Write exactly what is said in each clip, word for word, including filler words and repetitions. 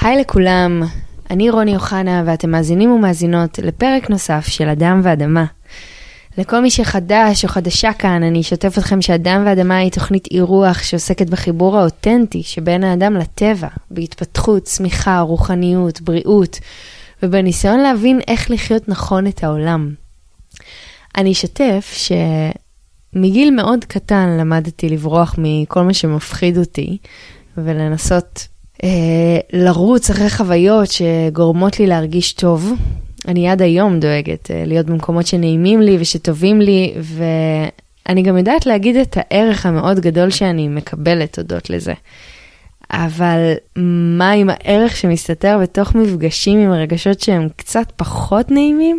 היי לכולם, אני רוני יוחנה ואתם מאזינים ומאזינות לפרק נוסף של אדם ואדמה. לכל מי שחדש או חדשה כאן, אני אשתף אתכם שאדם ואדמה היא תוכנית אירוח שעוסקת בחיבור האותנטי שבין האדם לטבע, בהתפתחות, צמיחה, רוחניות, בריאות, ובניסיון להבין איך לחיות נכון את העולם. אני אשתף שמגיל מאוד קטן למדתי לברוח מכל מה שמפחיד אותי, ולנסות אה, לרוץ אחרי חוויות שגורמות לי להרגיש טוב. אני עד היום דואגת אה, להיות במקומות שנעימים לי ושטובים לי, ואני גם יודעת להגיד את הערך המאוד גדול שאני מקבלת תודות לזה. אבל מה עם הערך שמסתתר בתוך מפגשים עם הרגשות שהם קצת פחות נעימים?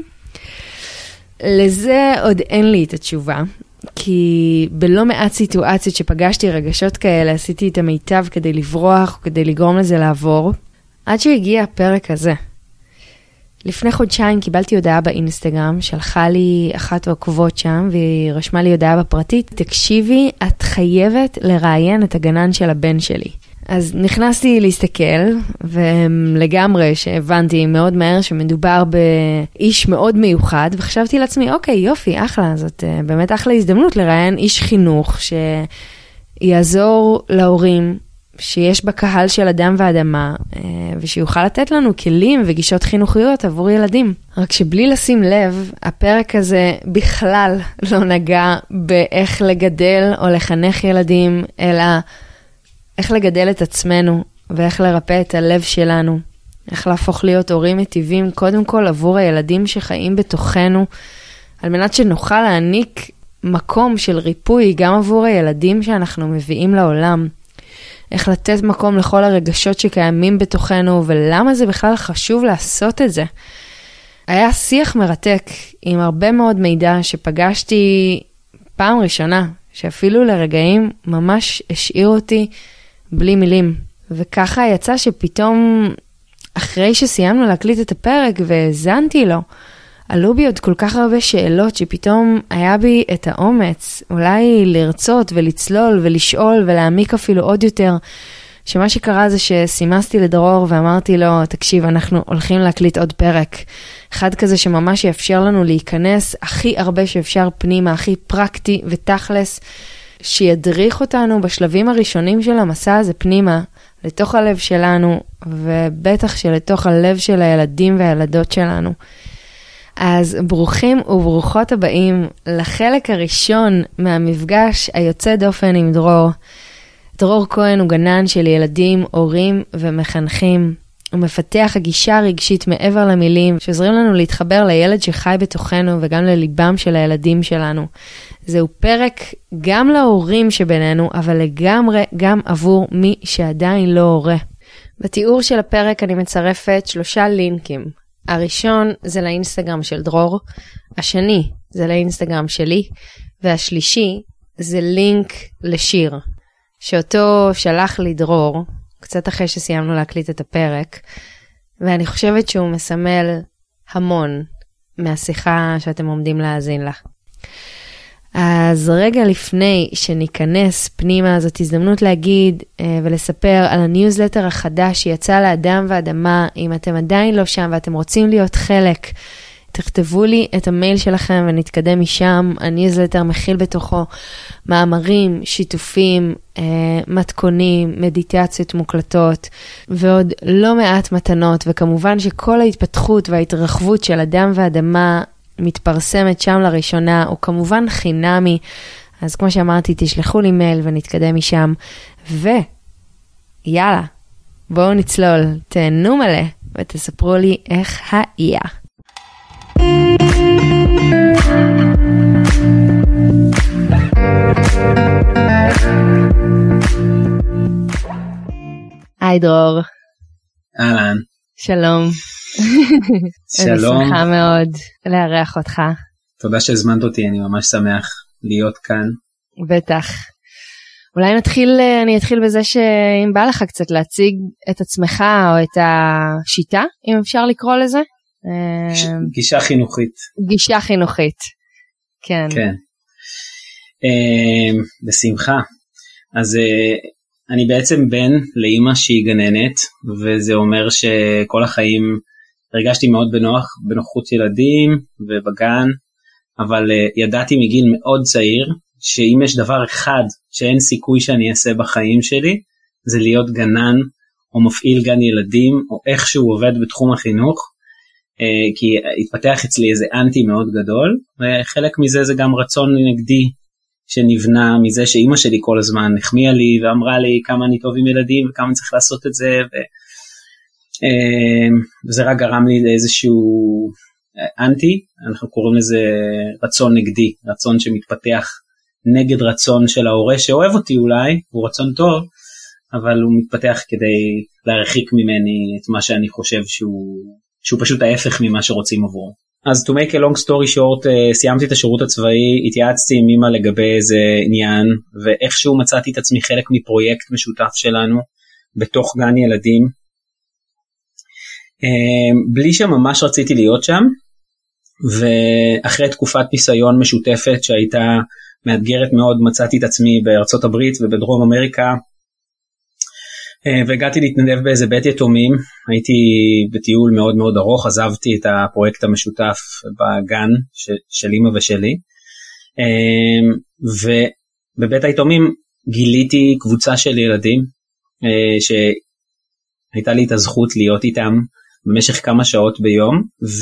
לזה עוד אין לי את התשובה, כי בלא מעט סיטואציות שפגשתי רגשות כאלה, עשיתי את המיטב כדי לברוח, כדי לגרום לזה לעבור, עד שהגיע הפרק הזה. לפני חודשיים קיבלתי הודעה באינסטגרם, שלחה לי אחת העוקבות שם, והיא רשמה לי הודעה בפרטית, תקשיבי, את חייבת לראיין את הגנן של הבן שלי. אז נכנסתי להסתכל, ולגמרי שהבנתי מאוד מהר שמדובר באיש מאוד מיוחד, וחשבתי לעצמי, אוקיי, יופי, אחלה, זאת באמת אחלה הזדמנות לראיין איש חינוך, שיעזור להורים, שיש בקהל של אדם ואדמה, ושיוכל לתת לנו כלים וגישות חינוכיות עבור ילדים. רק שבלי לשים לב, הפרק הזה בכלל לא נגע באיך לגדל או לחנך ילדים, אלא איך לגדל את עצמנו, ואיך לרפא את הלב שלנו, איך להפוך להיות הורים מטיבים, קודם כל עבור הילדים שחיים בתוכנו, על מנת שנוכל להעניק מקום של ריפוי גם עבור הילדים שאנחנו מביאים לעולם. איך לתת מקום לכל הרגשות שקיימים בתוכנו, ולמה זה בכלל חשוב לעשות את זה. היה שיח מרתק עם הרבה מאוד מידע שפגשתי פעם ראשונה, שאפילו לרגעים ממש השאיר אותי בלי מילים. וככה יצא שפתאום, אחרי שסיימנו להקליט את הפרק והזנתי לו, עלו בי עוד כל כך הרבה שאלות שפתאום היה בי את האומץ, אולי לרצות ולצלול ולשאול ולהעמיק אפילו עוד יותר, שמה שקרה זה שסימסתי לדרור ואמרתי לו, תקשיב, אנחנו הולכים להקליט עוד פרק. אחד כזה שממש יאפשר לנו להיכנס הכי הרבה שאפשר פנימה, הכי פרקטי ותכלס, שידריך אותנו בשלבים הראשונים של המסע הזה פנימה, לתוך הלב שלנו, ובטח שלתוך הלב של הילדים והילדות שלנו. אז ברוכים וברוכות הבאים לחלק הראשון מהמפגש היוצא דופן עם דרור. דרור כהן הוא גנן של ילדים, הורים ומחנכים. הוא מפתח הגישה רגשית מעבר למילים, שעוזרים לנו להתחבר לילד שחי בתוכנו וגם לליבם של הילדים שלנו. זהו פרק גם להורים שבינינו, אבל לגמרי גם עבור מי שעדיין לא הורה. בתיאור של הפרק אני מצרפת שלושה לינקים. הראשון זה לאינסטגרם של דרור, השני זה לאינסטגרם שלי, והשלישי זה לינק לשיר, שאותו שלח לי דרור, קצת אחרי שסיימנו להקליט את הפרק, ואני חושבת שהוא מסמל המון מהשיחה שאתם עומדים להאזין לה. אז רגע לפני שניכנס פנימה, זאת הזדמנות להגיד ולספר על הניוזלטר החדש שיצא לאדם ואדמה. אם אתם עדיין לא שם ואתם רוצים להיות חלק, תכתבו לי את המייל שלכם ונתקדם משם. הניוזלטר מכיל בתוכו מאמרים, שיתופים, מתכונים, מדיטציות מוקלטות, ועוד לא מעט מתנות, וכמובן שכל ההתפתחות וההתרחבות של אדם ואדמה מתפרסמת שם לראשונה, הוא כמובן חינמי, אז כמו שאמרתי, תשלחו לי מייל ונתקדם משם, ויאללה, בואו נצלול, תהנו מלא, ותספרו לי איך היה. היי דרור. אהלן. שלום. שלום. אני שמחה מאוד לארח אותך. תודה שהזמנת אותי, אני ממש שמח להיות כאן. בטח. אולי נתחיל, אני אתחיל בזה שאם בא לך קצת להציג את עצמך או את השיטה, אם אפשר לקרוא לזה. גישה חינוכית. גישה חינוכית, כן. כן. בשמחה. אז אני בעצם בן לאמא שהיא גננת, וזה אומר שכל החיים הרגשתי מאוד בנוח, בנוחות ילדים ובגן, אבל ידעתי מגיל מאוד צעיר, שאם יש דבר אחד שאין סיכוי שאני אעשה בחיים שלי, זה להיות גנן או מפעיל גן ילדים, או איכשהו עובד בתחום החינוך, כי התפתח אצלי איזה אנטי מאוד גדול, וחלק מזה זה גם רצון נגדי, שנבנה מזה שאימא שלי כל הזמן החמיאה לי, ואמרה לי כמה אני טוב עם ילדים, וכמה אני צריך לעשות את זה, ו... וזה רק גרם לי לאיזשהו אנטי, אנחנו קוראים לזה רצון נגדי, רצון שמתפתח נגד רצון של ההורה שאוהב אותי אולי, הוא רצון טוב, אבל הוא מתפתח כדי להרחיק ממני את מה שאני חושב שהוא, שהוא פשוט ההפך ממה שרוצים עבורו. אז to make a long story short, סיימתי את השירות הצבאי, התייעצתי עם אמא לגבי איזה עניין, ואיכשהו מצאתי את עצמי חלק מפרויקט משותף שלנו, בתוך גן ילדים, בלי שממש רציתי להיות שם, ואחרי תקופת ניסיון משותפת שהייתה מאתגרת מאוד, מצאתי את עצמי בארצות הברית ובדרום אמריקה, והגעתי להתנדב באיזה בית יתומים, הייתי בטיול מאוד מאוד ארוך, עזבתי את הפרויקט המשותף בגן של אמא ושלי, ובבית היתומים גיליתי קבוצה של ילדים, שהייתה לי את הזכות להיות איתם במשך כמה שעות ביום,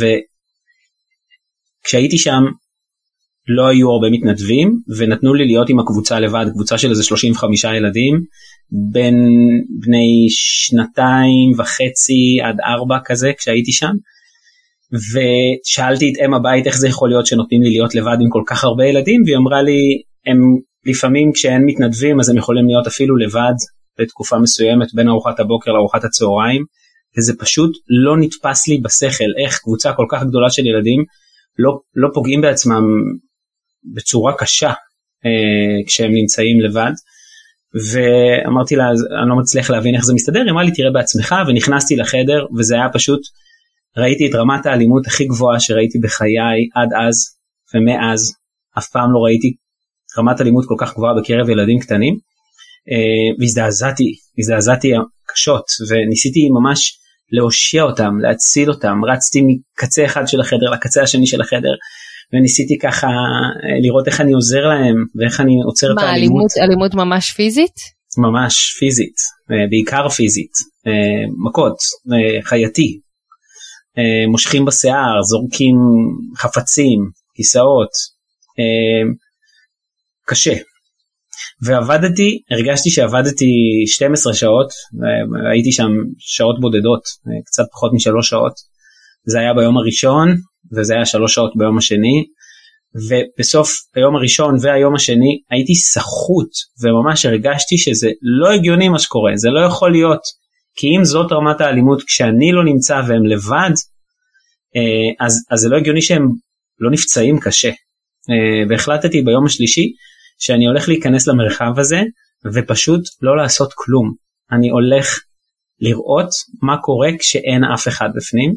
וכשהייתי שם לא היו הרבה מתנדבים, ונתנו לי להיות עם הקבוצה לבד, קבוצה של איזה שלושים וחמישה ילדים, בין בני שנתיים וחצי עד ארבע כזה, כשהייתי שם, ושאלתי את אם הבית איך זה יכול להיות שנותנים לי להיות לבד עם כל כך הרבה ילדים, והיא אמרה לי, הם לפעמים כשאין מתנדבים, אז הם יכולים להיות אפילו לבד, בתקופה מסוימת, בין ארוחת הבוקר לארוחת הצהריים, וזה פשוט לא נתפס לי בשכל, איך קבוצה כל כך גדולה של ילדים, לא, לא פוגעים בעצמם בצורה קשה, אה, כשהם נמצאים לבד, ואמרתי לה, אני לא מצליח להבין איך זה מסתדר, היא אמרה לי, תראה בעצמך, ונכנסתי לחדר, וזה היה פשוט, ראיתי את רמת האלימות הכי גבוהה שראיתי בחיי עד אז, ומאז, אף פעם לא ראיתי רמת אלימות כל כך גבוהה בקרב ילדים קטנים, אה, והזדעזעתי, הזדעזעתי קשות, וניסיתי ממש להושיע אותם, להציל אותם, רצתי מקצה אחד של החדר לקצה השני של החדר, וניסיתי ככה לראות איך אני עוזר להם, ואיך אני עוצר את האלימות. מה, אלימות ממש פיזית? ממש פיזית, בעיקר פיזית, מכות, חייתי, מושכים בשיער, זורקים חפצים, כיסאות, קשה. ועבדתי, הרגשתי שעבדתי שתים עשרה שעות, הייתי שם שעות בודדות, קצת פחות משלוש שעות, זה היה ביום הראשון, וזה היה שלוש שעות ביום השני, ובסוף היום הראשון והיום השני, הייתי סחוט, וממש הרגשתי שזה לא הגיוני מה שקורה, זה לא יכול להיות, כי אם זאת רמת האלימות, כשאני לא נמצא והם לבד, אז, אז זה לא הגיוני שהם לא נפצעים קשה, והחלטתי ביום השלישי, שאני הולך להיכנס למרחב הזה, ופשוט לא לעשות כלום. אני הולך לראות מה קורה כשאין אף אחד בפנים,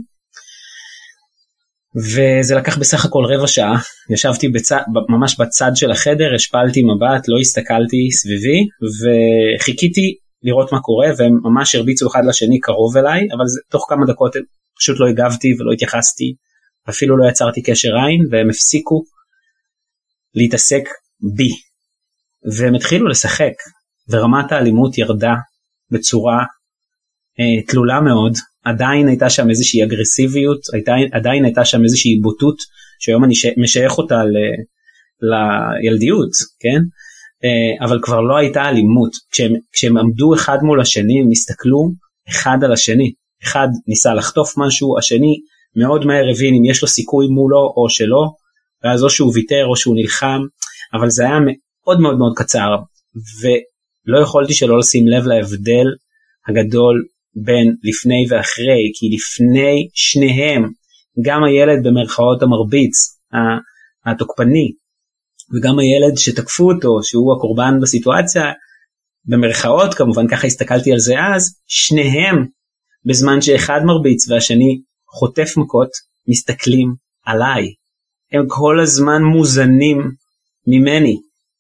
וזה לקח בסך הכל רבע שעה, ישבתי בצד, ממש בצד של החדר, השפלתי מבט, לא הסתכלתי סביבי, וחיכיתי לראות מה קורה, והם ממש הרביצו אחד לשני קרוב אליי, אבל זה, תוך כמה דקות פשוט לא הגבתי ולא התייחסתי, אפילו לא יצרתי קשר עין, והם הפסיקו להתעסק בי. והם התחילו לשחק, ורמת האלימות ירדה בצורה אה, תלולה מאוד, עדיין הייתה שם איזושהי אגרסיביות, עדיין, עדיין הייתה שם איזושהי בוטות, שהיום אני משייך אותה ל, לילדיות, כן? אה, אבל כבר לא הייתה אלימות, כשהם, כשהם עמדו אחד מול השני, הם הסתכלו אחד על השני, אחד ניסה לחטוף משהו, השני מאוד מהר הבין אם יש לו סיכוי מולו או שלא, ואז או שהוא ויתר או שהוא נלחם, אבל זה היה מאוד מאוד מאוד קצר, ולא יכולתי שלא לשים לב להבדל הגדול בין לפני ואחרי, כי לפני שניהם, גם הילד במרכאות המרביץ, התוקפני, וגם הילד שתקפו אותו, שהוא הקורבן בסיטואציה, במרכאות כמובן, ככה הסתכלתי על זה אז, שניהם, בזמן שאחד מרביץ והשני חוטף מכות, מסתכלים עליי. הם כל הזמן מוזנים ממני.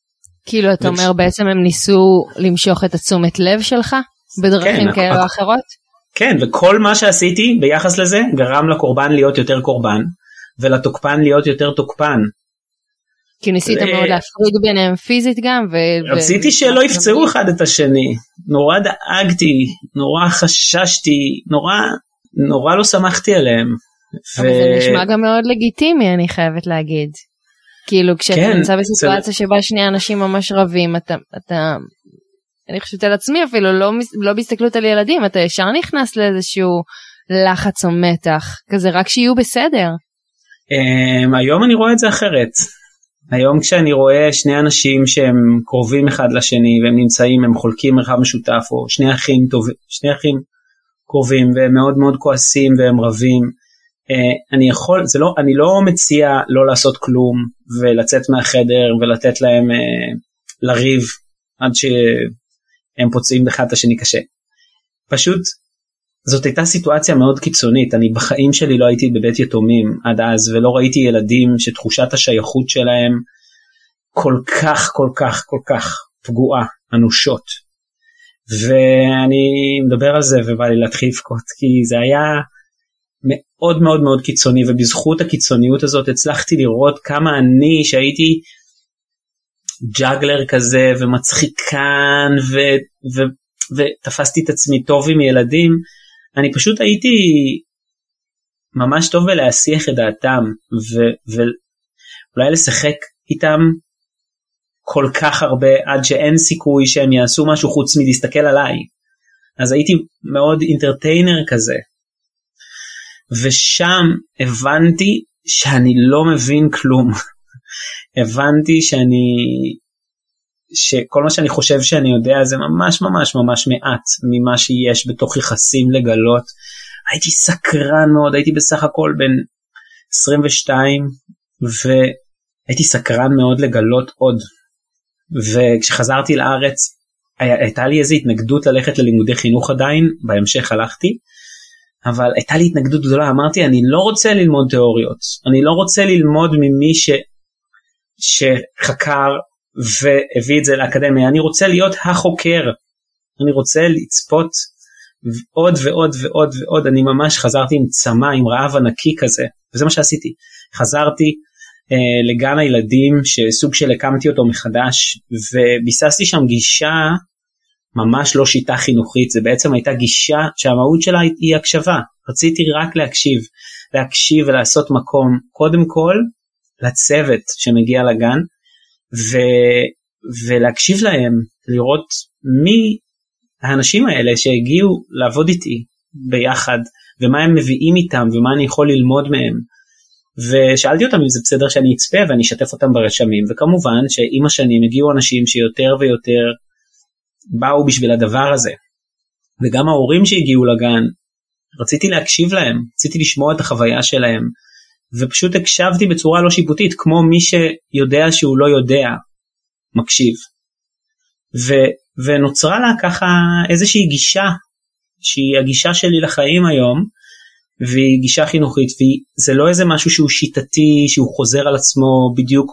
כאילו אתה אומר בעצם הם ניסו למשוך את התשומת לב שלך בדרכים כאלה או אחרות? כן, וכל מה שעשיתי ביחס לזה גרם לקורבן להיות יותר קורבן, ולתוקפן להיות יותר תוקפן. כי ניסית מאוד להפריד ביניהם פיזית גם. רציתי שלא יפצעו אחד את השני, נורא דאגתי, נורא חששתי, נורא, נורא לא שמחתי עליהם. אבל זה נשמע גם מאוד לגיטימי, אני חייבת להגיד. כאילו כשאתה נמצא בסיטואציה שבה שני אנשים ממש רבים, אתה, אתה, אני חושבת על עצמי אפילו, לא, לא בהסתכלות על ילדים, אתה ישר נכנס לאיזשהו לחץ או מתח, כזה רק שיהיו בסדר. היום אני רואה את זה אחרת. היום כשאני רואה שני אנשים שהם קרובים אחד לשני, והם נמצאים, הם חולקים מרחב משותף, או שני אחים טובים, שני אחים קרובים, והם מאוד מאוד כועסים והם רבים, אני יכול, זה לא, אני לא מציע לא לעשות כלום, ולצאת מהחדר ולתת להם לריב, עד שהם פוצעים אחד את השני קשה. פשוט, זאת הייתה סיטואציה מאוד קיצונית, אני בחיים שלי לא הייתי בבית יתומים עד אז, ולא ראיתי ילדים שתחושת השייכות שלהם כל כך, כל כך, כל כך פגועה, אנושות. ואני מדבר על זה ובא לי להתחיל לבכות, כי זה היה מאוד מאוד מאוד קיצוני, ובזכות הקיצוניות הזאת הצלחתי לראות כמה אני שהייתי ג'אגלר כזה ומצחיקן ו, ו, ותפסתי את עצמי טוב עם ילדים, אני פשוט הייתי ממש טוב בלהסיח את דעתם ו, ואולי לשחק איתם כל כך הרבה עד שאין סיכוי שהם יעשו משהו חוץ מלהסתכל עליי. אז הייתי מאוד אינטרטיינר כזה, ושם הבנתי שאני לא מבין כלום. הבנתי שאני, שכל מה שאני חושב שאני יודע זה ממש ממש ממש מעט ממה שיש בתוך יחסים לגלות. הייתי סקרן מאוד, הייתי בסך הכל בין עשרים ושתיים, והייתי סקרן מאוד לגלות עוד. וכשחזרתי לארץ, הייתה לי איזו התנגדות ללכת ללימודי חינוך עדיין, בהמשך הלכתי, אבל הייתה לי התנגדות גדולה, אמרתי אני לא רוצה ללמוד תיאוריות, אני לא רוצה ללמוד ממי ש... שחקר והביא את זה לאקדמיה, אני רוצה להיות החוקר, אני רוצה לצפות עוד ועוד ועוד ועוד, אני ממש חזרתי עם צמא, עם רעב ענקי כזה, וזה מה שעשיתי, חזרתי אה, לגן הילדים, שסוג של הקמתי אותו מחדש, וביססתי שם גישה, ממש לא שיטה חינוכית, זה בעצם הייתה גישה שהמהות שלה היא הקשבה, רציתי רק להקשיב, להקשיב ולעשות מקום, קודם כל לצוות שמגיע לגן, ו, ולהקשיב להם, לראות מי האנשים האלה שהגיעו לעבוד איתי ביחד, ומה הם מביאים איתם, ומה אני יכול ללמוד מהם, ושאלתי אותם אם זה בסדר שאני אצפה, ואני אשתף אותם ברשמים, וכמובן שעם השנים הגיעו אנשים שיותר ויותר באו בשביל הדבר הזה, וגם ההורים שהגיעו לגן, רציתי להקשיב להם, רציתי לשמוע את החוויה שלהם, ופשוט הקשבתי בצורה לא שיפוטית, כמו מי שיודע שהוא לא יודע, מקשיב. ו, ונוצרה לה ככה איזושהי גישה, שהיא הגישה שלי לחיים היום, והיא גישה חינוכית, וזה לא איזה משהו שהוא שיטתי, שהוא חוזר על עצמו בדיוק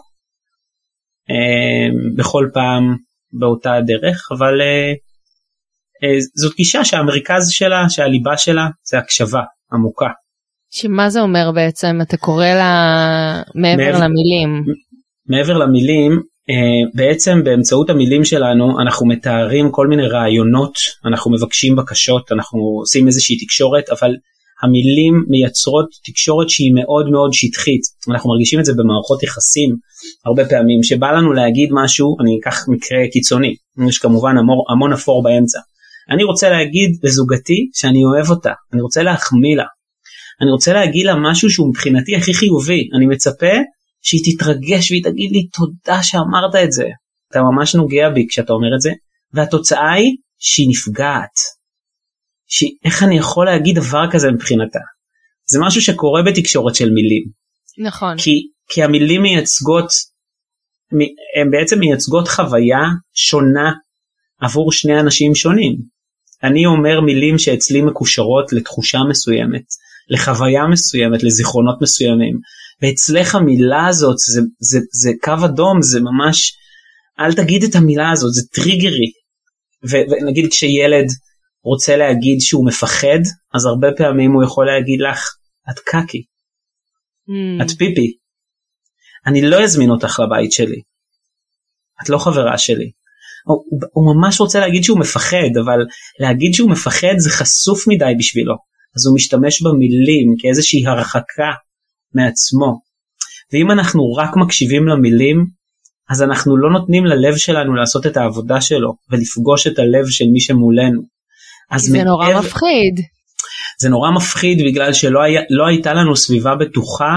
אה, בכל פעם באותה הדרך, אבל אה, אה, זאת גישה שהמרכז שלה, שהליבה שלה, זה הקשבה עמוקה. שמה זה אומר בעצם? אתה קורא לה מעבר, מעבר למילים. מעבר למילים, בעצם באמצעות המילים שלנו אנחנו מתארים כל מיני רעיונות, אנחנו מבקשים בקשות, אנחנו עושים איזושהי תקשורת, אבל המילים מייצרות תקשורת שהיא מאוד מאוד שטחית. אנחנו מרגישים את זה במערכות יחסים הרבה פעמים, שבא לנו להגיד משהו, אני אקח מקרה קיצוני, יש כמובן המון, המון אפור באמצע. אני רוצה להגיד לזוגתי שאני אוהב אותה, אני רוצה להחמיא לה, אני רוצה להגיד לה משהו שהוא מבחינתי הכי חיובי, אני מצפה שהיא תתרגש והיא תגיד לי תודה שאמרת את זה, אתה ממש נוגע בי כשאתה אומר את זה, והתוצאה היא שהיא נפגעת, איך אני יכול להגיד דבר כזה מבחינתה, זה משהו שקורה בתקשורת של מילים, נכון, כי, כי המילים מייצגות, הן בעצם מייצגות חוויה שונה עבור שני אנשים שונים, אני אומר מילים שאצלי מקושרות לתחושה מסוימת, לחוויה מסוימת, לזיכרונות מסוימים, ואצלך המילה הזאת, זה, זה, זה קו אדום, זה ממש אל תגיד את המילה הזאת, זה טריגרי. ו- ונגיד כשילד רוצה להגיד שהוא מפחד, אז הרבה פעמים הוא יכול להגיד לך, את קקי, mm. את פיפי, אני לא אזמין אותך לבית שלי, את לא חברה שלי. הוא, הוא, הוא ממש רוצה להגיד שהוא מפחד, אבל להגיד שהוא מפחד זה חשוף מדי בשבילו, אז הוא משתמש במילים כאיזושהי הרחקה מעצמו. ואם אנחנו רק מקשיבים למילים, אז אנחנו לא נותנים ללב שלנו לעשות את העבודה שלו, ולפגוש את הלב של מי שמולנו. זה נורא מעבר... מפחיד. זה נורא מפחיד, בגלל שלא היה, לא הייתה לנו סביבה בטוחה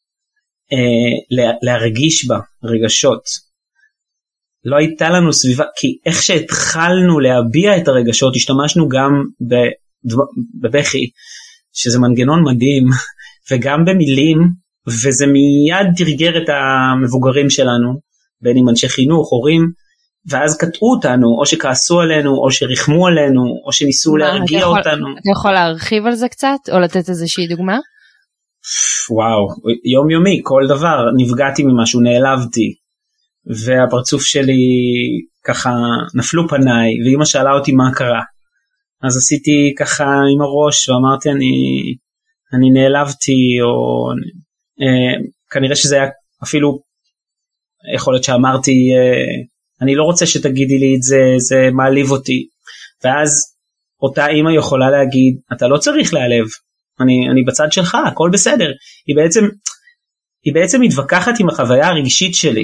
אה, לה, להרגיש בה רגשות. לא הייתה לנו סביבה, כי איך שהתחלנו להביע את הרגשות, השתמשנו גם בבכי, שזה מנגנון מדהים, וגם במילים, וזה מיד תרגר את המבוגרים שלנו, בין אם אנשי חינוך, הורים, ואז קטעו אותנו, או שכעסו עלינו, או שרחמו עלינו, או שניסו מה, להרגיע אתה יכול, אותנו. אתה יכול להרחיב על זה קצת, או לתת איזושהי דוגמה? וואו, יום יומי, כל דבר, נפגעתי ממשהו, נעלבתי, והפרצוף שלי ככה נפלו פניי, ואמא שאלה אותי מה קרה. אז עשיתי ככה עם הראש, ואמרתי אני, אני נעלבתי, או אה, כנראה שזה היה אפילו, יכול להיות שאמרתי, אני לא רוצה שתגידי לי את זה, זה מעליב אותי. ואז אותה אמא יכולה להגיד, אתה לא צריך להעלב, אני, אני בצד שלך, הכל בסדר. היא בעצם, היא בעצם מתווכחת עם החוויה הרגשית שלי.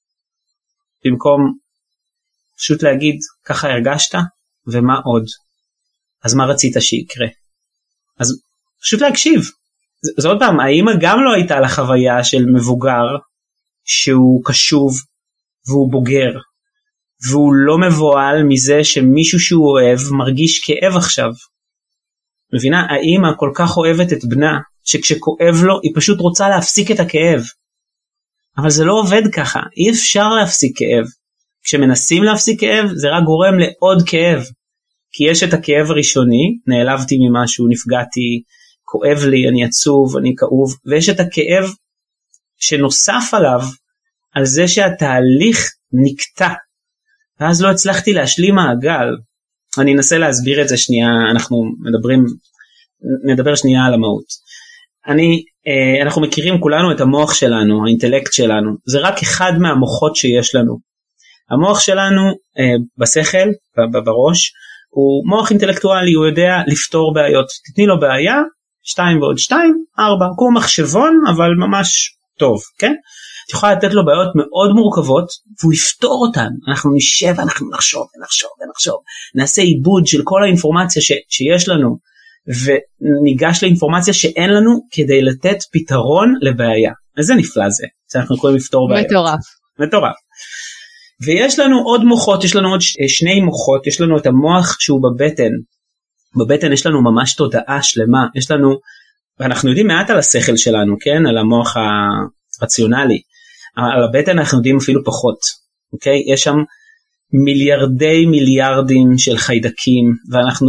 במקום פשוט להגיד, ככה הרגשת, ומה עוד? אז מה רצית שיקרה? אז פשוט להקשיב. זה, זה עוד פעם, האמא גם לא הייתה לה חוויה של מבוגר, שהוא קשוב, והוא בוגר, והוא לא מבועל מזה שמישהו שהוא אוהב, מרגיש כאב עכשיו. מבינה, האמא כל כך אוהבת את בנה, שכשכואב לו, היא פשוט רוצה להפסיק את הכאב. אבל זה לא עובד ככה, אי אפשר להפסיק כאב. כשמנסים להפסיק כאב, זה רק גורם לעוד כאב. כי יש את הכאב הראשוני, נעלבתי ממשהו, נפגעתי, כואב לי, אני עצוב, אני כאוב, ויש את הכאב שנוסף עליו, על זה שהתהליך נקטע, ואז לא הצלחתי להשלים מעגל. אני אנסה להסביר את זה שנייה, אנחנו מדברים, נדבר שנייה על המהות. אני, אנחנו מכירים כולנו את המוח שלנו, האינטלקט שלנו, זה רק אחד מהמוחות שיש לנו. המוח שלנו בשכל, בראש, הוא מוח אינטלקטואלי, הוא יודע לפתור בעיות. תתני לו בעיה, שתיים ועוד שתיים, ארבע, כמו מחשבון, אבל ממש טוב, כן? את יכולה לתת לו בעיות מאוד מורכבות, והוא יפתור אותן. אנחנו נשב, אנחנו נחשוב, ונחשוב, ונחשוב. נעשה עיבוד של כל האינפורמציה ש, שיש לנו, וניגש לאינפורמציה שאין לנו, כדי לתת פתרון לבעיה. איזה נפלא זה, שאנחנו יכולים לפתור בעיות. מטורף. מטורף. ויש לנו עוד מוחות, יש לנו עוד שני מוחות, יש לנו את המוח שהוא בבטן. בבטן יש לנו ממש תודעה שלמה, יש לנו, ואנחנו יודעים מעט על השכל שלנו, כן? על המוח הרציונלי. על הבטן אנחנו יודעים אפילו פחות, אוקיי? יש שם מיליארדי מיליארדים של חיידקים, ואנחנו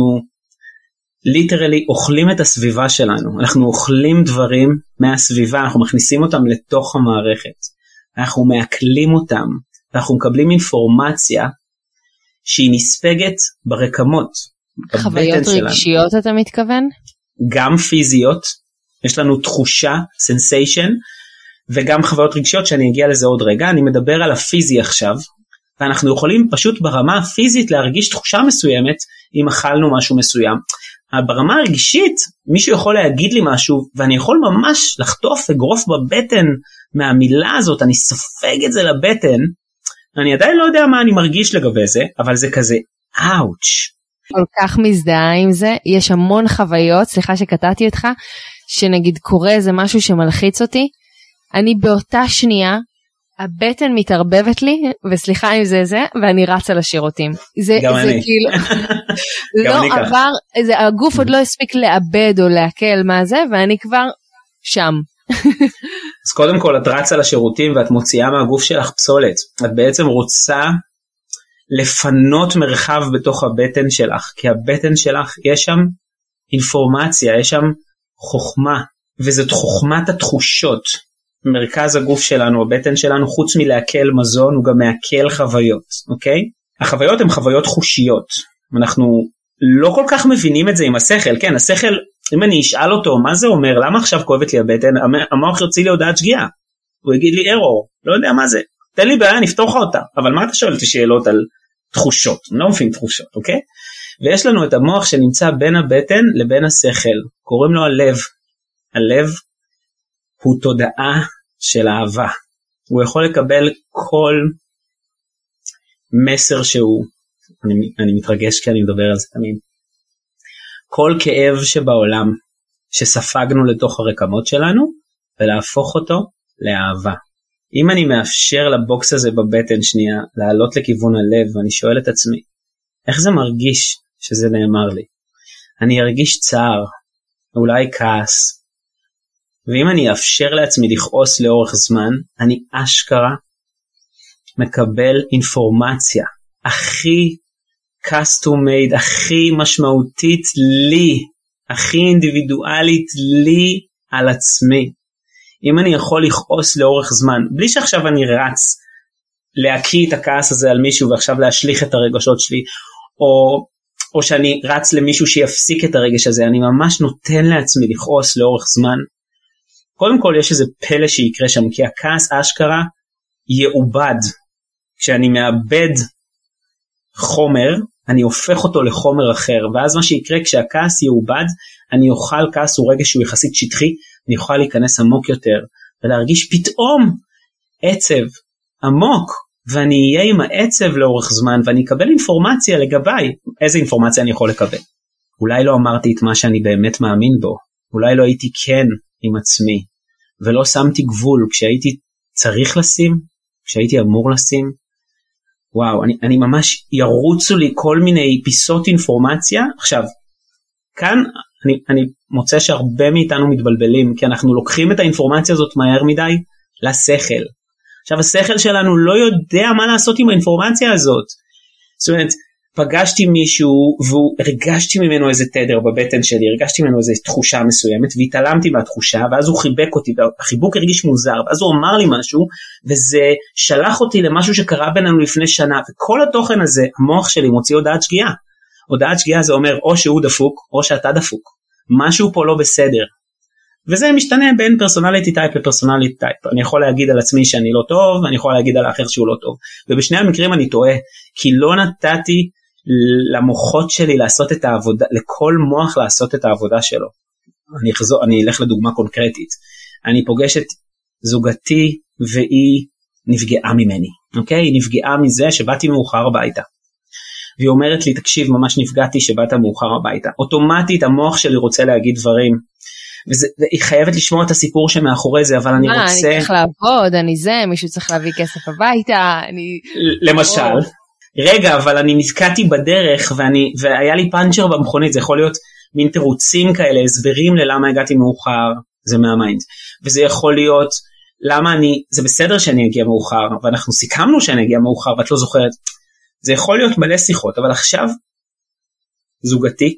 ליטרלי אוכלים את הסביבה שלנו, אנחנו אוכלים דברים מהסביבה, אנחנו מכניסים אותם לתוך המערכת, אנחנו מעכלים אותם, ואנחנו מקבלים אינפורמציה שהיא נספגת ברקמות. חוויות רגשיות אתה מתכוון? גם פיזיות, יש לנו תחושה, sensation, וגם חוויות רגשיות שאני אגיע לזה עוד רגע. אני מדבר על הפיזי עכשיו, ואנחנו יכולים פשוט ברמה הפיזית להרגיש תחושה מסוימת אם אכלנו משהו מסוים. ברמה הרגשית מישהו יכול להגיד לי משהו ואני יכול ממש לחטוף וגרוף בבטן מהמילה הזאת, אני ספג את זה לבטן, אני עדיין לא יודע מה אני מרגיש לגבי זה, אבל זה כזה אאוץ'. כל כך מזדהה עם זה, יש המון חוויות, סליחה שקטעתי אותך, שנגיד קורה איזה משהו שמלחיץ אותי, אני באותה שנייה, הבטן מתערבבת לי, וסליחה אם זה זה, ואני רצה לשירותים. זה, גם זה אני. כאילו, לא עבר, זה, הגוף עוד לא הספיק לאבד או להקל מה זה, ואני כבר שם. אז קודם כל את רצה לשירותים, ואת מוציאה מהגוף שלך פסולת. את בעצם רוצה לפנות מרחב בתוך הבטן שלך, כי הבטן שלך יש שם אינפורמציה, יש שם חוכמה, וזאת חוכמת התחושות. מרכז הגוף שלנו, הבטן שלנו, חוץ מלהקל מזון, הוא גם מעכל חוויות, אוקיי? החוויות הן חוויות חושיות, אנחנו לא כל כך מבינים את זה עם השכל, כן, השכל, אם אני אשאל אותו, מה זה אומר, למה עכשיו כואבת לי הבטן, המוח יוציא לי הודעת שגיאה, הוא יגיד לי error, לא יודע מה זה, תן לי בעיה, נפתור לך אותה, אבל מה אתה שואל אותי שאלות על תחושות, אני לא מבין תחושות, אוקיי? ויש לנו את המוח שנמצא בין הבטן לבין השכל, קוראים לו הלב, הלב הוא תודעה של אהבה, הוא יכול לקבל כל מסר שהוא, אני, אני מתרגש כי אני מדבר על זה תמיד, כל כאב שבעולם שספגנו לתוך הרקמות שלנו, ולהפוך אותו לאהבה. אם אני מאפשר לבוקס הזה בבטן שנייה, לעלות לכיוון הלב, ואני שואל את עצמי, איך זה מרגיש שזה נאמר לי? אני ארגיש צער, אולי כעס, ואם אני אאפשר לעצמי לכעוס לאורך זמן, אני אשכרה מקבל אינפורמציה הכי custom made, הכי משמעותית לי, הכי אינדיבידואלית לי על עצמי. אם אני יכול לכעוס לאורך זמן, בלי שעכשיו אני רץ להקיא את הכעס הזה על מישהו ועכשיו להשליך את הרגשות שלי, או, או שאני רץ למישהו שיפסיק את הרגש הזה, אני ממש נותן לעצמי לכעוס לאורך זמן. קודם כל יש איזה פלא שיקרה שם, כי הכעס אשכרה יעובד. כשאני מאבד חומר, אני הופך אותו לחומר אחר, ואז מה שיקרה כשהכעס יעובד, אני אוכל, כעס הוא רגש שהוא יחסית שטחי, אני אוכל להיכנס עמוק יותר, ולהרגיש פתאום עצב עמוק, ואני אהיה עם העצב לאורך זמן, ואני אקבל אינפורמציה לגביי. איזה אינפורמציה אני יכול לקבל? אולי לא אמרתי את מה שאני באמת מאמין בו, אולי לא הייתי כן עם עצמי, ולא שמתי גבול כשהייתי צריך לשים, כשהייתי אמור לשים. וואו, אני, אני ממש ירוצו לי כל מיני פיסות אינפורמציה. עכשיו, כאן אני, אני מוצא שהרבה מאיתנו מתבלבלים, כי אנחנו לוקחים את האינפורמציה הזאת מהר מדי לשכל. עכשיו, השכל שלנו לא יודע מה לעשות עם האינפורמציה הזאת. זאת אומרת, פגשתי מישהו והרגשתי ממנו איזה תדר בבטן שלי, הרגשתי ממנו איזה תחושה מסוימת, והתעלמתי מהתחושה, ואז הוא חיבק אותי, והחיבוק הרגיש מוזר, ואז הוא אמר לי משהו, וזה שלח אותי למשהו שקרה בינינו לפני שנה, וכל התוכן הזה, המוח שלי מוציא הודעת שגיאה. הודעת שגיאה זה אומר או שהוא דפוק, או שאתה דפוק. משהו פה לא בסדר. וזה משתנה בין פרסונליטי טייפ לפרסונליטי טייפ. אני יכול להגיד על עצמי שאני לא טוב, ואני יכול להגיד על האחר שהוא לא טוב. ובשני המקרים אני טועה, כי לא נתתי למוחות שלי לעשות את העבודה, לכל מוח לעשות את העבודה שלו. אני אחזור, אני אלך לדוגמה קונקרטית. אני פוגש את זוגתי והיא נפגעה ממני. אוקיי? היא נפגעה מזה שבאתי מאוחר הביתה. והיא אומרת לי, תקשיב, ממש נפגעתי שבאת מאוחר הביתה. אוטומטית המוח שלי רוצה להגיד דברים, והיא חייבת לשמוע את הסיפור שמאחורי זה, אבל אני רוצה... מה, אני צריך לעבוד, אני זה, מישהו צריך להביא כסף הביתה, אני... למשל, רגע, אבל אני נתקעתי בדרך, ואני, והיה לי פאנצ'ר במכונית, זה יכול להיות מין תירוצים כאלה, הסברים ללמה הגעתי מאוחר, זה מהמיינד, וזה יכול להיות, למה אני, זה בסדר שאני אגיע מאוחר, ואנחנו סיכמנו שאני אגיע מאוחר, ואת לא זוכרת, זה יכול להיות מלא שיחות, אבל עכשיו, זוגתי,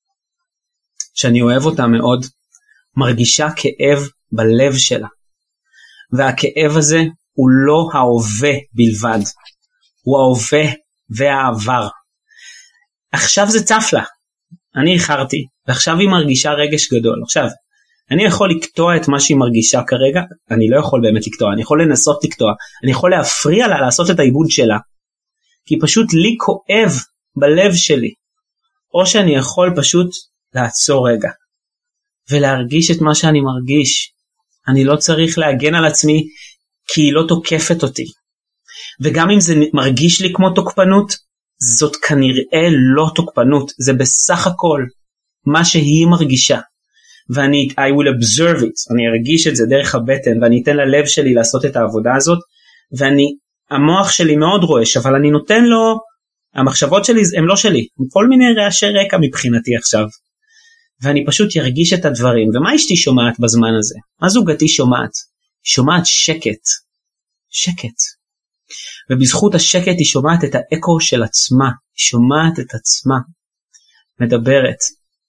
שאני אוהב אותה מאוד, מרגישה כאב בלב שלה, והכאב הזה הוא לא ההווה בלבד, הוא ההווה והעבר. עכשיו זה צף לה, אני איחרתי, ועכשיו היא מרגישה רגש גדול. עכשיו, אני יכול לקטוע את מה שהיא מרגישה כרגע, אני לא יכול באמת לקטוע, אני יכול לנסות לקטוע, אני יכול להפריע לה לעשות את העיבוד שלה, כי פשוט לי כואב בלב שלי, או שאני יכול פשוט לעצור רגע, ולהרגיש את מה שאני מרגיש. אני לא צריך להגן על עצמי, כי היא לא תוקפת אותי. וגם אם זה מרגיש לי כמו תוקפנות, זאת כנראה לא תוקפנות, זה בסך הכל מה שהיא מרגישה. ואני, I will observe it, אני ארגיש את זה דרך הבטן, ואני אתן ללב שלי לעשות את העבודה הזאת, ואני, המוח שלי מאוד רועש, אבל אני נותן לו, המחשבות שלי הם לא שלי, כל מיני רעשי רקע מבחינתי עכשיו. ואני פשוט ירגיש את הדברים. ומה אשתי שומעת בזמן הזה? מה זוגתי שומעת? היא שומעת שקט. שקט. ובזכות השקט היא שומעת את האקו של עצמה. היא שומעת את עצמה. מדברת.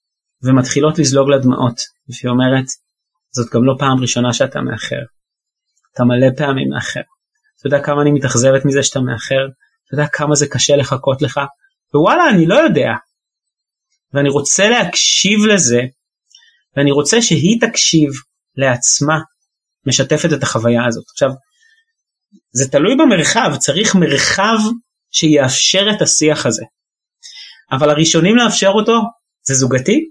ומתחילות לזלוג לדמעות. והיא אומרת, זאת גם לא פעם ראשונה שאתה מאחר. אתה מלא פעמים מאחר. אתה יודע כמה אני מתאכזבת מזה שאתה מאחר, אתה יודע כמה זה קשה לחכות לך, ווואלה, אני לא יודע. ואני רוצה להקשיב לזה, ואני רוצה שהיא תקשיב לעצמה, משתפת את החוויה הזאת. עכשיו, זה תלוי במרחב, צריך מרחב שיאפשר את השיח הזה. אבל הראשונים לאפשר אותו, זה זוגתי,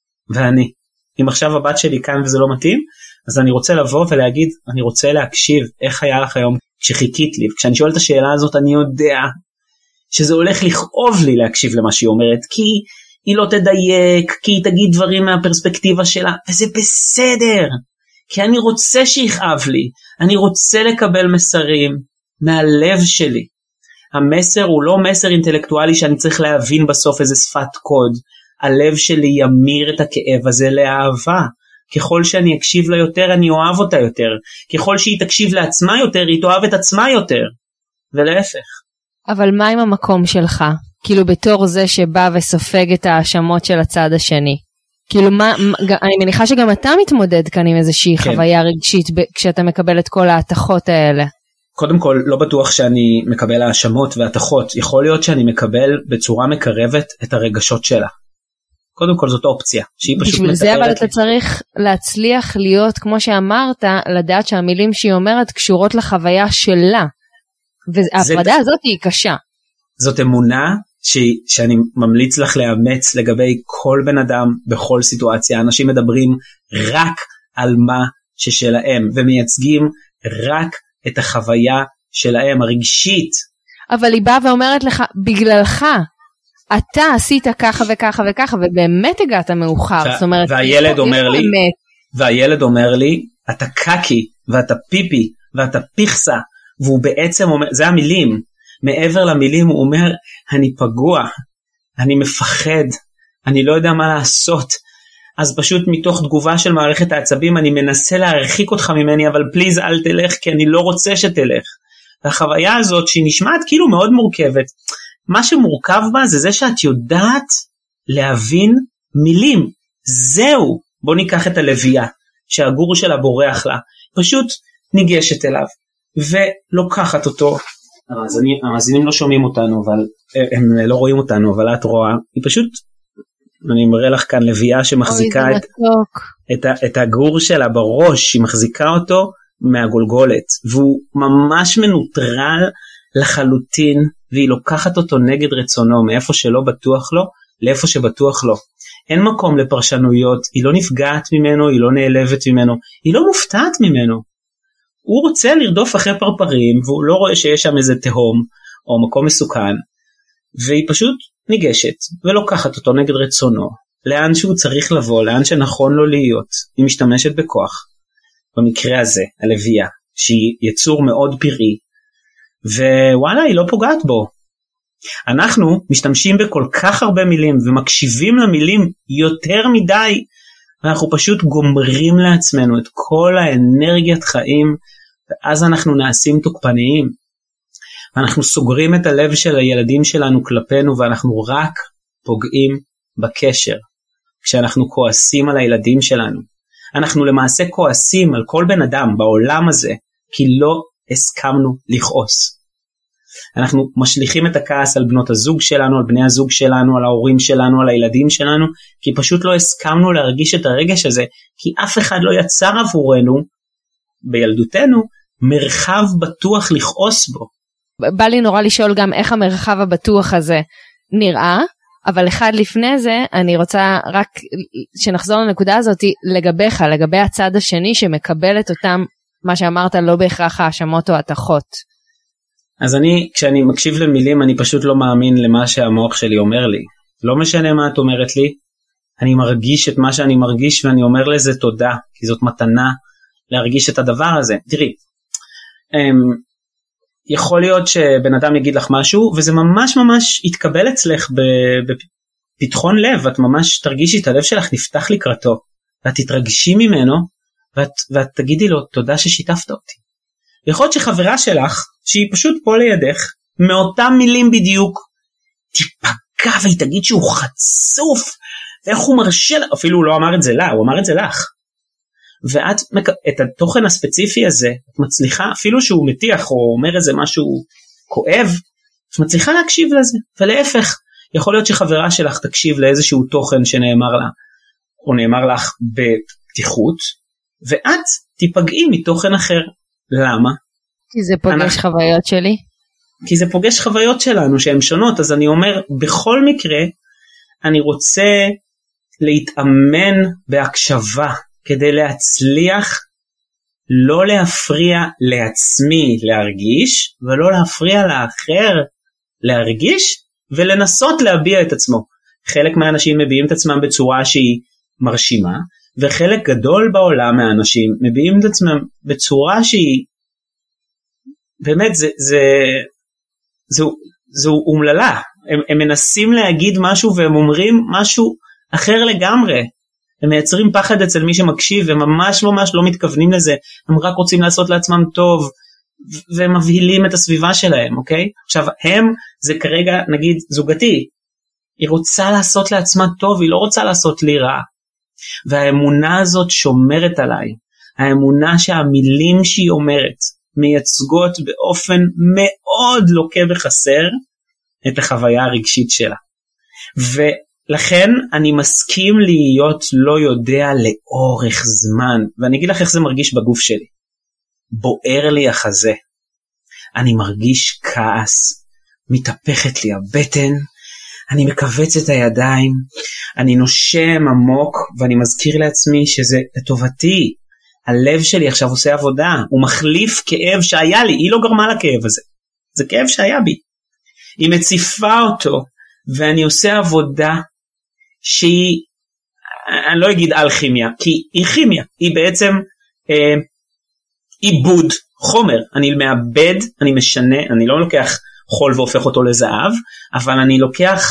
ואני. אם עכשיו הבת שלי כאן וזה לא מתאים, אז אני רוצה לבוא ולהגיד, אני רוצה להקשיב, איך היה לך היום כשחיכית לי, וכשאני שואל את השאלה הזאת, אני יודע שזה הולך לכאוב לי להקשיב למה שהיא אומרת, כי היא לא תדייק, כי היא תגיד דברים מהפרספקטיבה שלה, וזה בסדר, כי אני רוצה שיכאב לי, אני רוצה לקבל מסרים מהלב שלי. המסר הוא לא מסר אינטלקטואלי שאני צריך להבין בסוף איזה שפת קוד, הלב שלי ימיר את הכאב הזה לאהבה. ככל שאני אקשיב לה יותר, אני אוהב אותה יותר. ככל שהיא תקשיב לעצמה יותר, היא תאהב את עצמה יותר. ולהפך. אבל מה עם המקום שלך? כאילו בתור זה שבא וסופג את האשמות של הצד השני. כאילו מה, אני מניחה שגם אתה מתמודד כאן עם איזושהי כן. חוויה רגשית, כשאתה מקבל את כל ההתחות האלה. קודם כל, לא בטוח שאני מקבל האשמות והתחות. יכול להיות שאני מקבל בצורה מקרבת את הרגשות שלה. קודם כל זאת אופציה, שהיא פשוט בשביל זה אבל אתה צריך להצליח להיות, כמו שאמרת, לדעת שהמילים שהיא אומרת קשורות לחוויה שלה. וההפרדה זה... הזאת היא קשה. זאת אמונה ש... שאני ממליץ לך לאמץ לגבי כל בן אדם בכל סיטואציה. אנשים מדברים רק על מה ששלהם, ומייצגים רק את החוויה שלהם, הרגשית. אבל היא באה ואומרת לך, בגללך, אתה עשית ככה וככה וככה, ובאמת הגעת מאוחר. ו- זאת אומרת, והילד אומר לי, באמת. והילד אומר לי, אתה קקי, ואתה פיפי, ואתה פיכסה, והוא בעצם אומר, זה המילים, מעבר למילים הוא אומר, אני פגוע, אני מפחד, אני לא יודע מה לעשות, אז פשוט מתוך תגובה של מערכת העצבים, אני מנסה להרחיק אותך ממני, אבל פליז אל תלך, כי אני לא רוצה שתלך. והחוויה הזאת, שהיא נשמעת כאילו מאוד מורכבת, מה שמורכב בה זה זה שאת יודעת להבין מילים. זהו, בוא ניקח את הלוויה, שהגור שלה בורח לה, פשוט ניגשת אליו, ולוקחת אותו. המאזינים לא שומעים אותנו, אבל הם לא רואים אותנו, אבל את רואה, היא פשוט, אני מראה לך כאן לוויה שמחזיקה את, את, את הגור שלה בראש, היא מחזיקה אותו מהגולגולת, והוא ממש מנוטרל לחלוטין, והיא לוקחת אותו נגד רצונו, מאיפה שלא בטוח לו, לאיפה שבטוח לו. אין מקום לפרשנויות, היא לא נפגעת ממנו, היא לא נעלבת ממנו, היא לא מופתעת ממנו. הוא רוצה לרדוף אחרי פרפרים, והוא לא רואה שיש שם איזה תהום, או מקום מסוכן, והיא פשוט ניגשת, ולוקחת אותו נגד רצונו, לאן שהוא צריך לבוא, לאן שנכון לו להיות, היא משתמשת בכוח. במקרה הזה, הלוויה, שהיא יצור מאוד פירי, ווואלה, היא לא פוגעת בו. אנחנו משתמשים בכל כך הרבה מילים, ומקשיבים למילים יותר מדי, ואנחנו פשוט גומרים לעצמנו את כל האנרגיית חיים, ואז אנחנו נעשים תוקפניים. ואנחנו סוגרים את הלב של הילדים שלנו כלפינו, ואנחנו רק פוגעים בקשר. כשאנחנו כועסים על הילדים שלנו. אנחנו למעשה כועסים על כל בן אדם בעולם הזה, כי לא הסכמנו לכעוס. אנחנו משליכים את הכעס על בנות הזוג שלנו, על בני הזוג שלנו, על ההורים שלנו, על הילדים שלנו, כי פשוט לא הסכמנו להרגיש את הרגש הזה, כי אף אחד לא יצר עבורנו, בילדותנו, מרחב בטוח לכעוס בו. בא לי נורא לשאול גם איך המרחב הבטוח הזה נראה, אבל אחד לפני זה, אני רוצה רק שנחזור לנקודה הזאת, לגביך, לגבי הצד השני שמקבל את אותם, מה שאמרת, לא בהכרח האשמות או התחות. אז אני, כשאני מקשיב למילים, אני פשוט לא מאמין למה שהמוח שלי אומר לי. לא משנה מה את אומרת לי, אני מרגיש את מה שאני מרגיש, ואני אומר לזה תודה, כי זאת מתנה להרגיש את הדבר הזה. תראי, יכול להיות שבן אדם יגיד לך משהו, וזה ממש ממש יתקבל אצלך בפתחון לב, ואת ממש תרגישי את הלב שלך נפתח לקראתו, ואת תתרגשי ממנו, ואת, ואת תגידי לו תודה ששיתפת אותי. יכול להיות שחברה שלך, שהיא פשוט פה לידך, מאותם מילים בדיוק, תיפגע והיא תגיד שהוא חצוף, ואיך הוא מרשה לה, אפילו הוא לא אמר את זה לה, הוא אמר את זה לך. ואת, את התוכן הספציפי הזה, את מצליחה, אפילו שהוא מתיח או אומר איזה משהו כואב, את מצליחה להקשיב לזה, ולהפך, יכול להיות שחברה שלך תקשיב לאיזשהו תוכן שנאמר לה, או נאמר לך בפתיחות, ואת תיפגעי מתוכן אחר. למה? כי זה פוגש אנחנו... חוויות שלי. כי זה פוגש חוויות שלנו שהן שונות, אז אני אומר, בכל מקרה, אני רוצה להתאמן בהקשבה, כדי להצליח לא להפריע לעצמי להרגיש, ולא להפריע לאחר להרגיש, ולנסות להביע את עצמו. חלק מהאנשים מביעים את עצמם בצורה שהיא מרשימה, וחלק גדול בעולם מהאנשים מביעים את עצמם בצורה שהיא, באמת זה, זה, זה, זה אומללה. הם, הם מנסים להגיד משהו והם אומרים משהו אחר לגמרי. הם מייצרים פחד אצל מי שמקשיב, הם ממש ממש לא מתכוונים לזה, הם רק רוצים לעשות לעצמם טוב, והם מבהילים את הסביבה שלהם, אוקיי? עכשיו, הם, זה כרגע, נגיד, זוגתי, היא רוצה לעשות לעצמה טוב, היא לא רוצה לעשות לי רע, והאמונה הזאת שומרת עליי, האמונה שהמילים שהיא אומרת, מייצגות באופן מאוד לוקה וחסר, את החוויה הרגשית שלה. ו... לכן אני מסכים להיות לא יודע לאורך זמן, ואני אגיד לך איך זה מרגיש בגוף שלי. בוער לי החזה, אני מרגיש כעס, מתהפכת לי הבטן, אני מקבץ את הידיים, אני נושם עמוק, ואני מזכיר לעצמי שזה לטובתי, הלב שלי עכשיו עושה עבודה, הוא מחליף כאב שהיה לי, היא לא גרמה לכאב הזה, זה כאב שהיה בי, היא מציפה אותו, ואני עושה עבודה, שהיא, אני לא אגיד על כימיה, כי היא כימיה, היא בעצם אה, עיבוד חומר, אני מאבד, אני משנה, אני לא לוקח חול והופך אותו לזהב, אבל אני לוקח,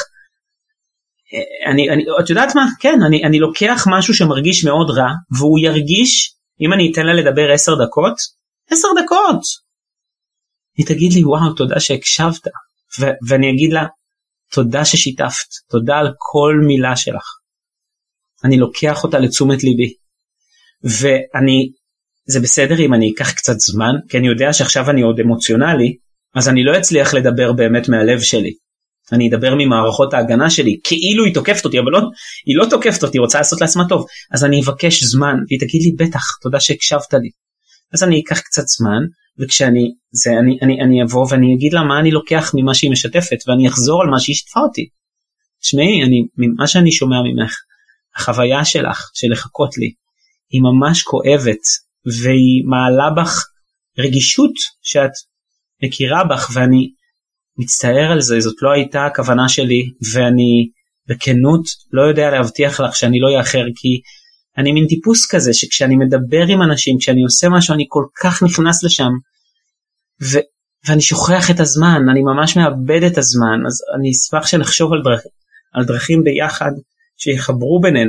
אני, אני, את יודעת מה? כן, אני, אני לוקח משהו שמרגיש מאוד רע, והוא ירגיש, אם אני אתן לה לדבר עשר דקות, עשר דקות, היא תגיד לי, וואו, תודה שהקשבת, ו- ואני אגיד לה, תודה ששיתפת, תודה על כל מילה שלך. אני לוקח אותה לתשומת ליבי. ואני, זה בסדר אם אני אקח קצת זמן, כי אני יודע שעכשיו אני עוד אמוציונלי, אז אני לא אצליח לדבר באמת מהלב שלי. אני אדבר ממערכות ההגנה שלי, כאילו היא תוקפת אותי, אבל לא, היא לא תוקפת אותי, היא רוצה לעשות לעצמה טוב. אז אני אבקש זמן, והיא תגיד לי, בטח, תודה שהקשבת לי. אז אני אקח קצת זמן, וכשאני, זה, אני, אני, אני אבוא ואני אגיד לה מה אני לוקח ממה שהיא משתפת, ואני אחזור על מה שהיא שתפה אותי. תשמעי, אני, ממה שאני שומע ממך, החוויה שלך, של לחכות לי, היא ממש כואבת, והיא מעלה בך רגישות שאת מכירה בך, ואני מצטער על זה, זאת לא הייתה הכוונה שלי, ואני בכנות לא יודע להבטיח לך שאני לא יאחר, כי אני מין טיפוס כזה, שכשאני מדבר עם אנשים, כשאני עושה משהו, אני כל כך נכנס לשם, ו- ואני שוכח את הזמן, אני ממש מאבד את הזמן, אז אני אשמח שנחשוב על, דרכ- על דרכים ביחד, שיחברו בינינו.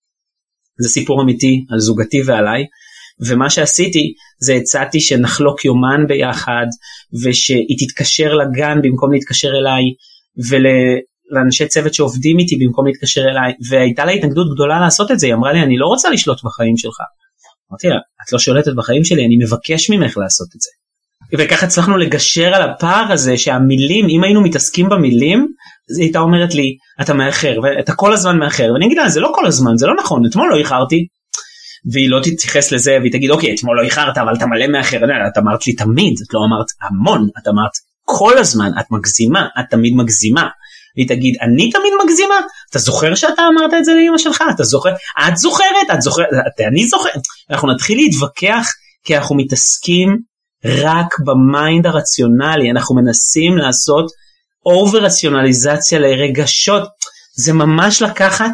זה סיפור אמיתי, על זוגתי ועליי, ומה שעשיתי, זה הצעתי שנחלוק יומן ביחד, ושהיא תתקשר לגן, במקום להתקשר אליי, ול... לאנשי צוות שעובדים איתי במקום להתקשר אליי, והייתה לה התנגדות גדולה לעשות את זה, היא אמרה לי, אני לא רוצה לשלוט בחיים שלך. אמרתי לה, את לא שולטת בחיים שלי, אני מבקש ממך לעשות את זה. וכך הצלחנו לגשר על הפער הזה, שהמילים, אם היינו מתעסקים במילים, היא הייתה אומרת לי, אתה מאחר, ואתה כל הזמן מאחר, ואני אגיד לה, זה לא כל הזמן, זה לא נכון, אתמול לא איחרתי, והיא לא תתייחס לזה, והיא תגיד, אוקיי, אתמול לא איחרת, אבל אתה מלא מאחר, את אמרת לי תמיד, את לא אמרת המון, את אמרת כל הזמן, את מגזימה, את תמיד מגזימה. והיא תגיד, אני תמיד מגזימה? אתה זוכר שאתה אמרת את זה לאמא שלך? אתה זוכר? את זוכרת? את זוכרת? אני זוכרת? אנחנו נתחיל להתווכח, כי אנחנו מתעסקים רק במיינד הרציונלי, אנחנו מנסים לעשות אובר-רציונליזציה לרגשות, זה ממש לקחת,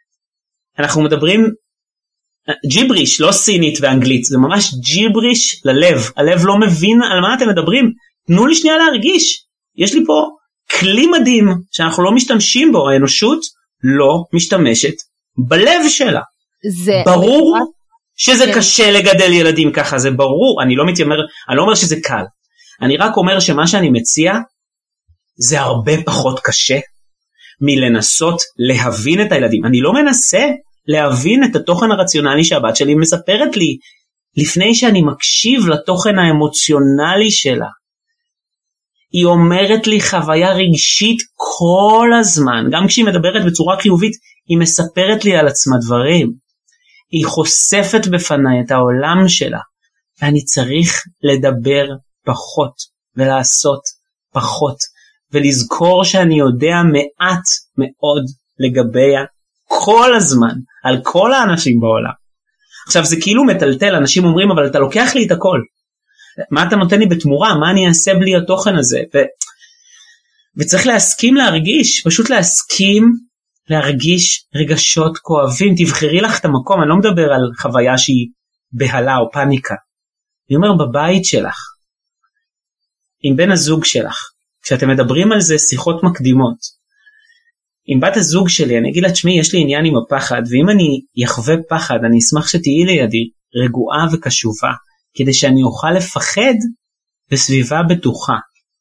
אנחנו מדברים ג'יבריש, לא סינית ואנגלית, זה ממש ג'יבריש ללב, הלב לא מבין על מה אתם מדברים, תנו לי שנייה להרגיש, יש לי פה כלי מדהים שאנחנו לא משתמשים בו, האנושות לא משתמשת בלב שלה. זה ברור שזה כן. קשה לגדל ילדים ככה, זה ברור, אני לא מתיימר, אני לא אומר שזה קל, אני רק אומר שמה שאני מציע, זה הרבה פחות קשה, מלנסות להבין את הילדים, אני לא מנסה להבין את התוכן הרציונלי שהבת שלי מספרת לי, לפני שאני מקשיב לתוכן האמוציונלי שלה. היא אומרת לי חוויה רגשית כל הזמן, גם כשהיא מדברת בצורה חיובית, היא מספרת לי על עצמה דברים. היא חושפת בפניי את העולם שלה, ואני צריך לדבר פחות, ולעשות פחות, ולזכור שאני יודע מעט מאוד לגביה כל הזמן, על כל האנשים בעולם. עכשיו זה כאילו מטלטל, אנשים אומרים, אבל אתה לוקח לי את הכל. מה אתה נותן לי בתמורה? מה אני אעשה בלי התוכן הזה? ו... וצריך להסכים להרגיש, פשוט להסכים להרגיש רגשות כואבים. תבחרי לך את המקום, אני לא מדבר על חוויה שהיא בהלה או פאניקה. אני אומר בבית שלך, עם בן הזוג שלך, כשאתם מדברים על זה שיחות מקדימות, עם בת הזוג שלי, אני אגיד לה, תשמעי, יש לי עניין עם הפחד, ואם אני יחווה פחד, אני אשמח שתהיי לידי רגועה וקשובה, כדי שאני אוכל לפחד בסביבה בטוחה.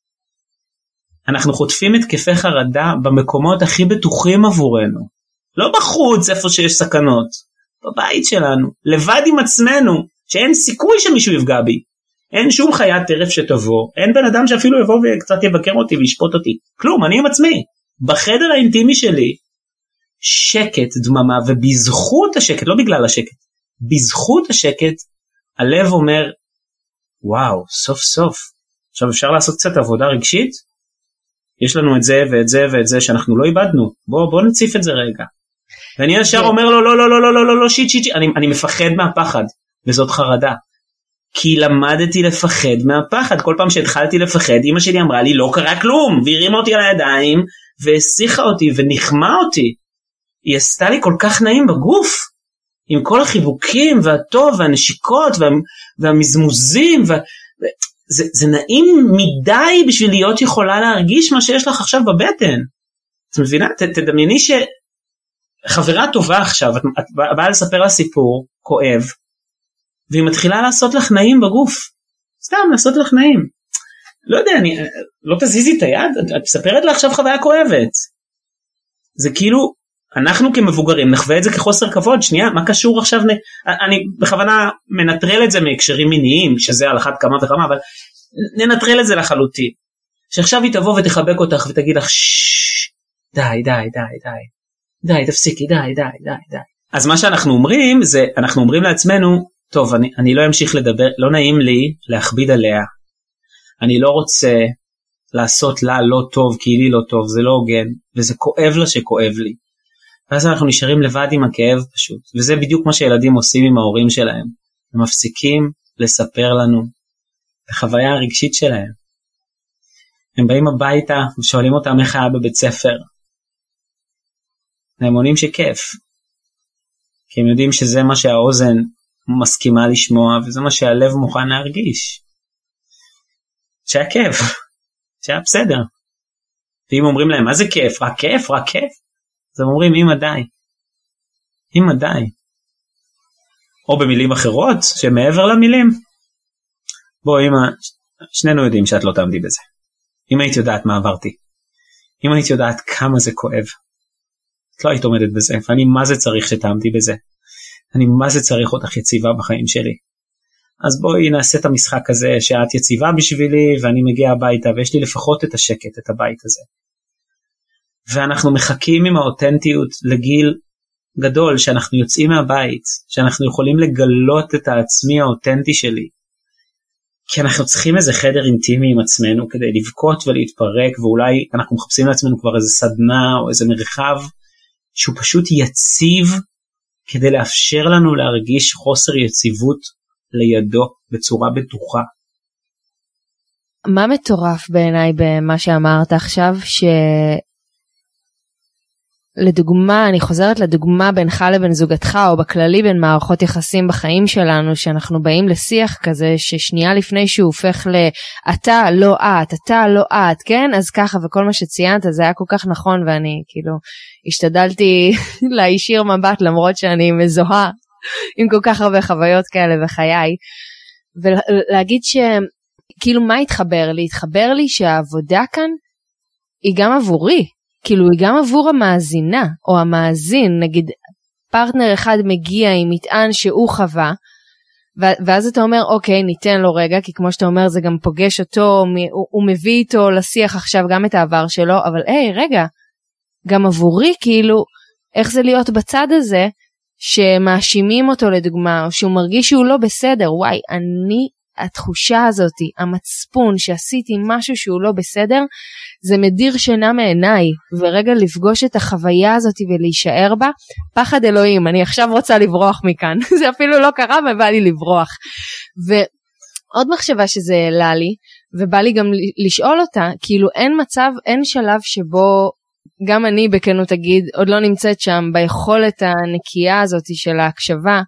אנחנו חוטפים התקפי חרדה במקומות הכי בטוחים עבורנו. לא בחוץ איפה שיש סכנות, בבית שלנו, לבד עם עצמנו, שאין סיכוי שמישהו יפגע בי. אין שום חיית טרף שתבוא, אין בן אדם שאפילו יבוא וקצת יבקר אותי וישפוט אותי. כלום, אני עם עצמי. בחדר האינטימי שלי, שקט, דממה, ובזכות השקט, לא בגלל השקט, בזכות השקט, הלב אומר, וואו, סוף סוף, עכשיו אפשר לעשות קצת עבודה רגשית, יש לנו את זה ואת זה ואת זה שאנחנו לא איבדנו, בוא, בוא נציף את זה רגע. ואני ישר אומר לו, לא, לא, לא, לא, לא, לא, לא, שיט, שיט, שיט, אני, אני מפחד מהפחד, וזאת חרדה. כי למדתי לפחד מהפחד, כל פעם שהתחלתי לפחד, אמא שלי אמרה לי, לא קרה כלום, והרימה אותי על הידיים, והשיחה אותי, ונחמה אותי. היא עשתה לי כל כך נעים בגוף, עם כל החיבוקים, והטוב, והנשיקות, וה, והמזמוזים, וה, זה, זה נעים מדי בשביל להיות יכולה להרגיש מה שיש לך עכשיו בבטן. את מבינה? ת, תדמייני שחברה טובה עכשיו, את, את באה לספר לה סיפור, כואב, והיא מתחילה לעשות לך נעים בגוף. סתם, לעשות לך נעים. לא יודע, אני, לא תזיזי את היד, את, את מספרת לה עכשיו חוויה כואבת. זה כאילו, אנחנו כמבוגרים נחווה את זה כחוסר כבוד. שנייה, מה קשור עכשיו? נ... אני בכוונה מנטרל את זה מהקשרים מיניים, שזה על אחת כמה וכמה, אבל ננטרל את זה לחלוטין. שעכשיו היא תבוא ותחבק אותך ותגיד לך, ששש, די, די, די, די, די, תפסיקי, די, די, די, די. אז מה שאנחנו אומרים, זה, אנחנו אומרים לעצמנו, טוב, אני, אני לא אמשיך לדבר, לא נעים לי להכביד עליה. אני לא רוצה לעשות לה לא טוב, כי לי לא טוב, זה לא הוגן, וזה כואב לה שכואב לי. ואז אנחנו נשארים לבד עם הכאב פשוט, וזה בדיוק מה שילדים עושים עם ההורים שלהם. הם מפסיקים לספר לנו את החוויה הרגשית שלהם. הם באים הביתה ושואלים אותם איך היה בבית ספר. הם עונים שכיף, כי הם יודעים שזה מה שהאוזן מסכימה לשמוע, וזה מה שהלב מוכן להרגיש. שהיה כיף, שהיה בסדר. ואם אומרים להם, מה זה כיף? רק כיף, רק כיף. אז הם אומרים, אמא די. אמא די. או במילים אחרות, שמעבר למילים. בוא, אמא, שנינו יודעים שאת לא תעמדי בזה. אם היית יודעת מה עברתי. אם היית יודעת כמה זה כואב. את לא היית עומדת בזה, ואני מה זה צריך שתעמדי בזה. אני מה זה צריך אותך יציבה בחיים שלי. אז בואי נעשה את המשחק הזה, שאת יציבה בשבילי, ואני מגיע הביתה, ויש לי לפחות את השקט, את הבית הזה. ואנחנו מחכים עם האותנטיות לגיל גדול, שאנחנו יוצאים מהבית, שאנחנו יכולים לגלות את העצמי האותנטי שלי, כי אנחנו צריכים איזה חדר אינטימי עם עצמנו, כדי לבכות ולהתפרק, ואולי אנחנו מחפשים לעצמנו כבר איזה סדנה, או איזה מרחב, שהוא פשוט יציב, כדי לאפשר לנו להרגיש חוסר יציבות לידו, בצורה בטוחה. מה מטורף בעיניי במה שאמרת עכשיו, ש... לדוגמה, אני חוזרת לדוגמה בינך לבין זוגתך, או בכללי בין מערכות יחסים בחיים שלנו, שאנחנו באים לשיח כזה, ששנייה לפני שהוא הופך לאתה לא את, אתה לא את, כן? אז ככה, וכל מה שציינת, זה היה כל כך נכון, ואני כאילו השתדלתי להישיר מבט, למרות שאני מזוהה עם כל כך הרבה חוויות כאלה בחיי, ולהגיד שכאילו מה התחבר לי? התחבר לי שהעבודה כאן היא גם עבורי, כאילו היא גם עבור המאזינה או המאזין. נגיד פרטנר אחד מגיע עם מטען שהוא חווה, ואז אתה אומר, אוקיי, ניתן לו רגע, כי כמו שאתה אומר, זה גם פוגש אותו, הוא, הוא מביא איתו לשיח עכשיו גם את העבר שלו, אבל היי, רגע, גם עבורי, כאילו, איך זה להיות בצד הזה, שמאשימים אותו לדוגמה, או שהוא מרגיש שהוא לא בסדר, וואי, אני, התחושה הזאת, המצפון שעשיתי משהו שהוא לא בסדר, זה מדיר שינה מעיניי, ורגע לפגוש את החוויה הזאת ולהישאר בה, פחד אלוהים, אני עכשיו רוצה לברוח מכאן, זה אפילו לא קרה ובא לי לברוח. ועוד מחשבה שזה העלה לי, ובא לי גם לשאול אותה, כאילו אין מצב, אין שלב שבו, גם אני בכנות אגיד, עוד לא נמצאת שם, ביכולת הנקייה הזאת של ההקשבה,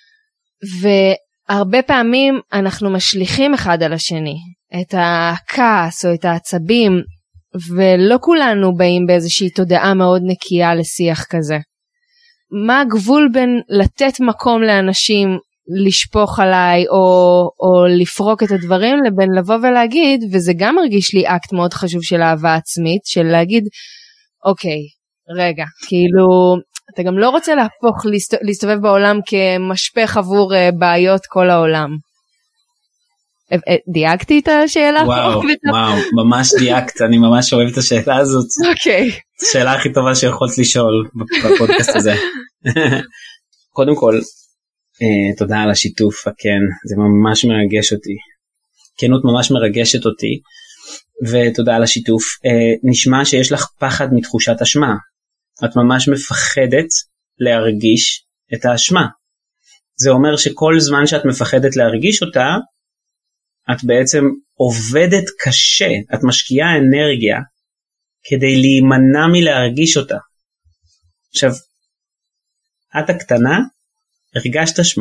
והרבה פעמים אנחנו משליכים אחד על השני, את הכעס או את העצבים, ולא כולנו באים באיזושהי תודעה מאוד נקייה לשיח כזה. מה הגבול בין לתת מקום לאנשים לשפוך עליי או, או לפרוק את הדברים, לבין לבוא ולהגיד, וזה גם מרגיש לי אקט מאוד חשוב של אהבה עצמית, של להגיד, אוקיי, רגע, כאילו, אתה גם לא רוצה להפוך, להסתובב בעולם כמשפך עבור בעיות כל העולם. דייקתי את השאלה? וואו, וואו, ממש דייקת, אני ממש אוהב את השאלה הזאת. אוקיי. השאלה הכי טובה שיכולת לשאול בפודקאסט הזה. קודם כל, תודה על השיתוף, כן, זה ממש מרגש אותי. כנות ממש מרגשת אותי, ותודה על השיתוף. נשמע שיש לך פחד מתחושת אשמה. את ממש מפחדת להרגיש את האשמה. זה אומר שכל זמן שאת מפחדת להרגיש אותה, את בעצם עובדת קשה, את משקיעה אנרגיה כדי להימנע מלהרגיש אותה. עכשיו, את הקטנה, הרגשת אשמה,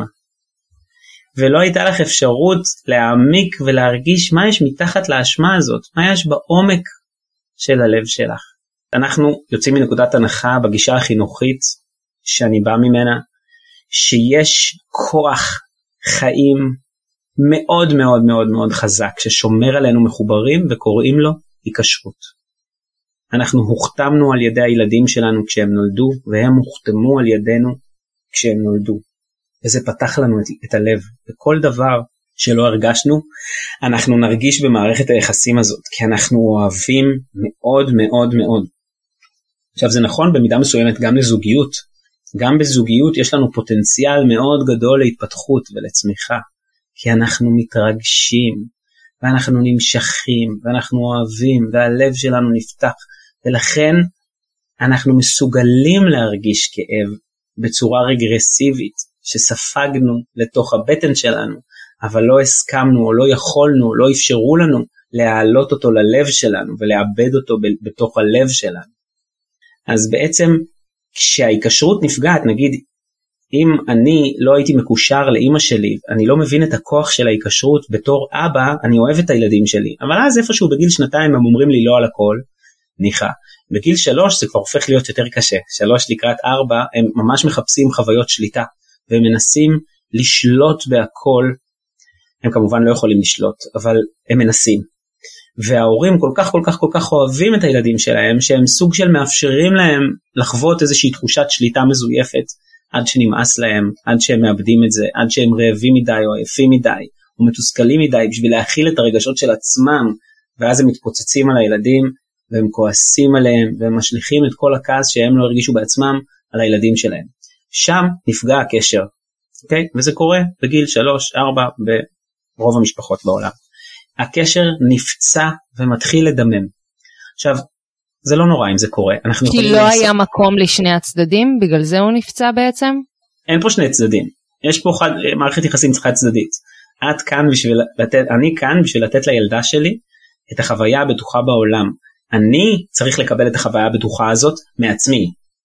ולא הייתה לך אפשרות להעמיק ולהרגיש מה יש מתחת לאשמה הזאת, מה יש בעומק של הלב שלך. אנחנו יוצאים מנקודת הנחה בגישה החינוכית שאני בא ממנה, שיש כוח חיים מאוד מאוד מאוד מאוד חזק, ששומר עלינו מחוברים וקוראים לו היקשרות. אנחנו הוכתמנו על ידי הילדים שלנו כשהם נולדו, והם הוכתמו על ידינו כשהם נולדו. וזה פתח לנו את, את הלב. וכל דבר שלא הרגשנו, אנחנו נרגיש במערכת היחסים הזאת, כי אנחנו אוהבים מאוד מאוד מאוד. עכשיו זה נכון במידה מסוימת גם לזוגיות. גם בזוגיות יש לנו פוטנציאל מאוד גדול להתפתחות ולצמיחה. כי אנחנו מתרגשים, ואנחנו נמשכים, ואנחנו אוהבים, והלב שלנו נפתח, ולכן אנחנו מסוגלים להרגיש כאב בצורה רגרסיבית, שספגנו לתוך הבטן שלנו, אבל לא הסכמנו או לא יכולנו, לא אפשרו לנו להעלות אותו ללב שלנו, ולאבד אותו בתוך הלב שלנו. אז בעצם כשההיקשרות נפגעת, נגיד, אם אני לא הייתי מקושר לאמא שלי, אני לא מבין את הכוח של ההיקשרות, בתור אבא אני אוהב את הילדים שלי, אבל אז איפשהו בגיל שנתיים הם אומרים לי לא על הכל, ניחה. בגיל שלוש זה כבר הופך להיות יותר קשה, שלוש לקראת ארבע הם ממש מחפשים חוויות שליטה, והם מנסים לשלוט בהכל, הם כמובן לא יכולים לשלוט, אבל הם מנסים. וההורים כל כך כל כך כל כך אוהבים את הילדים שלהם, שהם סוג של מאפשרים להם לחוות איזושהי תחושת שליטה מזויפת, עד שנמאס להם, עד שהם מאבדים את זה, עד שהם רעבים מדי או עייפים מדי, או מתוסכלים מדי, בשביל להכיל את הרגשות של עצמם, ואז הם מתפוצצים על הילדים, והם כועסים עליהם, והם משליכים את כל הכעס שהם לא הרגישו בעצמם על הילדים שלהם. שם נפגע הקשר, אוקיי? וזה קורה בגיל שלוש, ארבע, ברוב המשפחות בעולם. הקשר נפצע ומתחיל לדמם. עכשיו, זה לא נורא אם זה קורה. כי לא לעשות... היה מקום לשני הצדדים, בגלל זה הוא נפצע בעצם? אין פה שני צדדים. יש פה חד... מערכת יחסים חד צדדית. את כאן בשביל לתת, אני כאן בשביל לתת לילדה שלי את החוויה הבטוחה בעולם. אני צריך לקבל את החוויה הבטוחה הזאת מעצמי.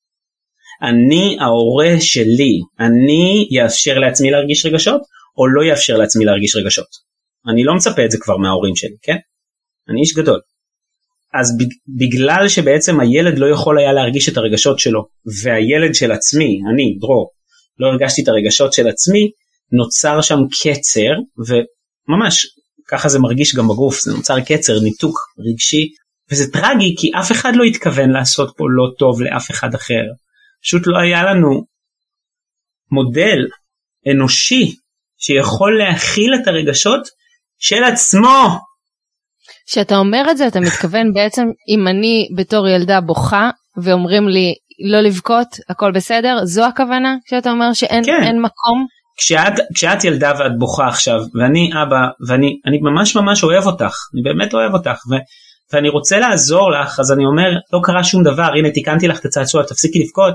אני ההורה שלי, אני יאפשר לעצמי להרגיש רגשות, או לא יאפשר לעצמי להרגיש רגשות. אני לא מצפה את זה כבר מההורים שלי, כן? אני איש גדול. אז בגלל שבעצם הילד לא יכול היה להרגיש את הרגשות שלו, והילד של עצמי, אני, דרור, לא הרגשתי את הרגשות של עצמי, נוצר שם קצר, וממש ככה זה מרגיש גם בגוף, זה נוצר קצר, ניתוק רגשי, וזה טרגי כי אף אחד לא התכוון לעשות פה לא טוב לאף אחד אחר, פשוט לא היה לנו מודל אנושי שיכול להכיל את הרגשות של עצמו. כשאתה אומר את זה, אתה מתכוון בעצם, אם אני בתור ילדה בוכה, ואומרים לי לא לבכות, הכל בסדר, זו הכוונה? כשאתה אומר שאין כן. אין מקום? כשאת, כשאת ילדה ואת בוכה עכשיו, ואני אבא, ואני אני ממש ממש אוהב אותך, אני באמת אוהב אותך, ו, ואני רוצה לעזור לך, אז אני אומר, לא קרה שום דבר, הנה תיקנתי לך את הצעצוע, תפסיקי לבכות,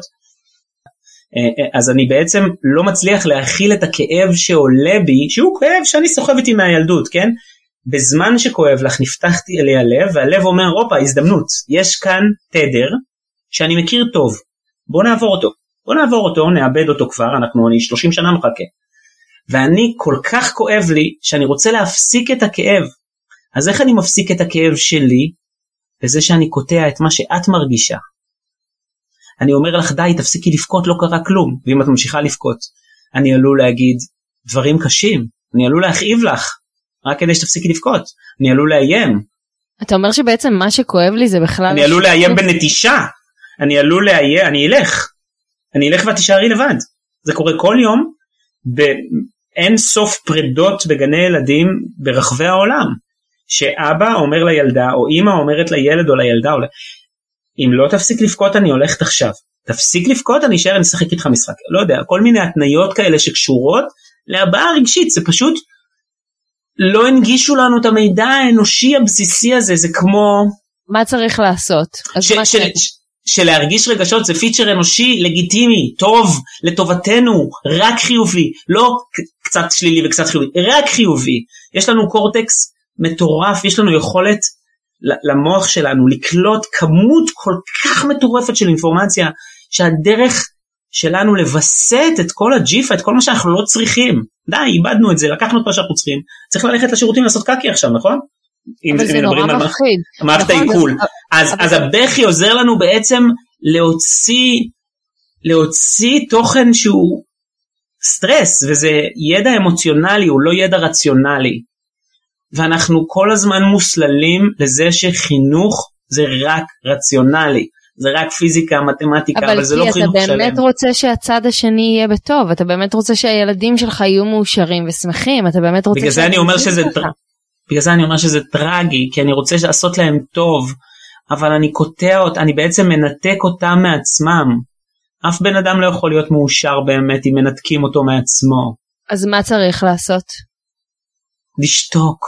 אז אני בעצם לא מצליח להכיל את הכאב שעולה בי, שהוא כאב שאני סוחב איתי מהילדות, כן? בזמן שכואב לך נפתחתי אלי הלב, והלב אומר, אופה, הזדמנות, יש כאן תדר שאני מכיר טוב, בוא נעבור אותו, בוא נעבור אותו, נאבד אותו כבר, אנחנו אני שלושים שנה מחכה, ואני כל כך כואב לי, שאני רוצה להפסיק את הכאב, אז איך אני מפסיק את הכאב שלי, בזה שאני קוטע את מה שאת מרגישה, אני אומר לך די, תפסיקי לבכות, לא קרה כלום, ואם את ממשיכה לבכות, אני עלול להגיד דברים קשים, אני עלול להכאיב לך, רק כדי שתפסיקי לבכות, אני עלול לאיים. אתה אומר שבעצם מה שכואב לי זה בכלל... אני עלול לאיים בנטישה, אני עלול לאיים, אני אלך, אני אלך ואת תישארי לבד. זה קורה כל יום, באין סוף פרדות בגני ילדים ברחבי העולם, שאבא אומר לילדה, או אמא אומרת לילד או לילדה, או... אם לא תפסיק לבכות אני הולכת עכשיו, תפסיק לבכות אני אשאר, אני אשחק איתך משחק, לא יודע, כל מיני התניות כאלה שקשורות להבעה רגשית, זה פשוט לא הנגישו לנו את המידע האנושי הבסיסי הזה, זה כמו... מה צריך לעשות? ש- מה של, ש- שלהרגיש רגשות זה פיצ'ר אנושי לגיטימי, טוב, לטובתנו, רק חיובי, לא קצת שלילי וקצת חיובי, רק חיובי, יש לנו קורטקס מטורף, יש לנו יכולת למוח שלנו לקלוט כמות כל כך מטורפת של אינפורמציה, שהדרך שלנו לבסט את כל הג'יפה, את כל מה שאנחנו לא צריכים, די, איבדנו את זה, לקחנו את מה שאנחנו צריכים, צריך ללכת לשירותים לעשות קקי עכשיו, נכון? אבל זה נורא מפחיד. מערכת העיכול. אז הבכי עוזר לנו בעצם להוציא, להוציא תוכן שהוא סטרס, וזה ידע אמוציונלי, הוא לא ידע רציונלי. ואנחנו כל הזמן מוסללים לזה שחינוך זה רק רציונלי, זה רק פיזיקה, מתמטיקה, אבל, אבל זה לא חינוך שלם. אבל אתה באמת רוצה שהצד השני יהיה בטוב, אתה באמת רוצה שהילדים שלך יהיו מאושרים ושמחים, אתה באמת רוצה... בגלל זה אני אומר שזה, טר... בגלל זה אני אומר שזה טרגי, כי אני רוצה לעשות להם טוב, אבל אני קוטע אותם, אני בעצם מנתק אותם מעצמם. אף בן אדם לא יכול להיות מאושר באמת אם מנתקים אותו מעצמו. אז מה צריך לעשות? לשתוק.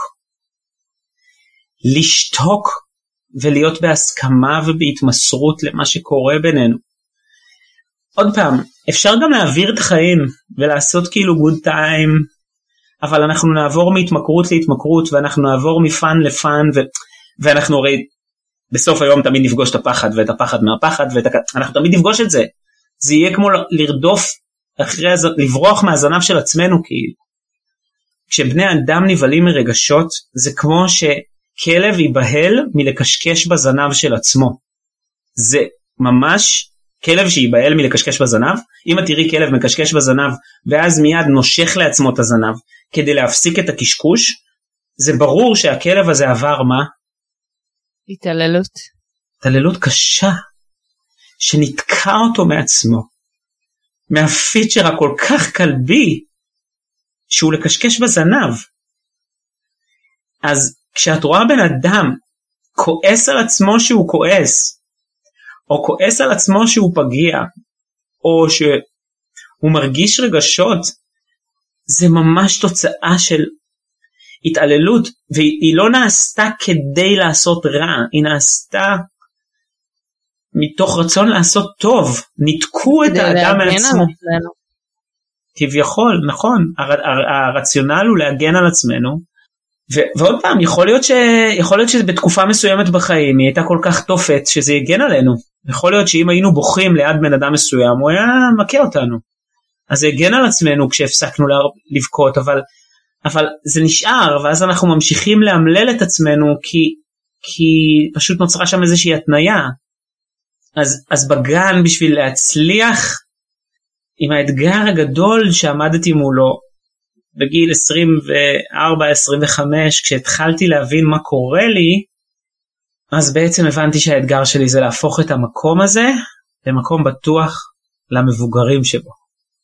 לשתוק ולהיות בהסכמה ובהתמסרות למה שקורה בינינו. עוד פעם, אפשר גם להעביר את החיים ולעשות כאילו good time, אבל אנחנו נעבור מהתמכרות להתמכרות, ואנחנו נעבור מפן לפן, ו... ואנחנו הרי בסוף היום תמיד נפגוש את הפחד, ואת הפחד מהפחד, ואת... אנחנו תמיד נפגוש את זה. זה יהיה כמו לרדוף אחרי, לברוח מהזנב של עצמנו כאילו. כשבני אדם נבלים מרגשות, זה כמו שכלב ייבהל מלקשקש בזנב של עצמו. זה ממש כלב שייבהל מלקשקש בזנב. אם את תראי כלב מקשקש בזנב, ואז מיד נושך לעצמו את הזנב, כדי להפסיק את הקשקוש, זה ברור שהכלב הזה עבר מה? התעללות. התעללות קשה, שנתקע אותו מעצמו. מהפיצ'ר הכל כך כלבי, שהוא לקשקש בזנב. אז כשאת רואה בן אדם כועס על עצמו שהוא כועס, או כועס על עצמו שהוא פגיע, או שהוא מרגיש רגשות, זה ממש תוצאה של התעללות, והיא לא נעשתה כדי לעשות רע, היא נעשתה מתוך רצון לעשות טוב, ניתקו את האדם מעצמו. כביכול, נכון, הר, הר, הרציונל הוא להגן על עצמנו, ו, ועוד פעם, יכול להיות, ש, יכול להיות שבתקופה מסוימת בחיים, היא הייתה כל כך תופת שזה יגן עלינו, יכול להיות שאם היינו בוכים ליד בן אדם מסוים, הוא היה מכה אותנו, אז זה יגן על עצמנו כשהפסקנו לבכות, אבל, אבל זה נשאר, ואז אנחנו ממשיכים להמלל את עצמנו, כי, כי פשוט נוצרה שם איזושהי התניה, אז, אז בגן בשביל להצליח, עם האתגר הגדול שעמדתי מולו, בגיל עשרים וארבע עשרים וחמש, כשהתחלתי להבין מה קורה לי, אז בעצם הבנתי שהאתגר שלי זה להפוך את המקום הזה, למקום בטוח למבוגרים שבו.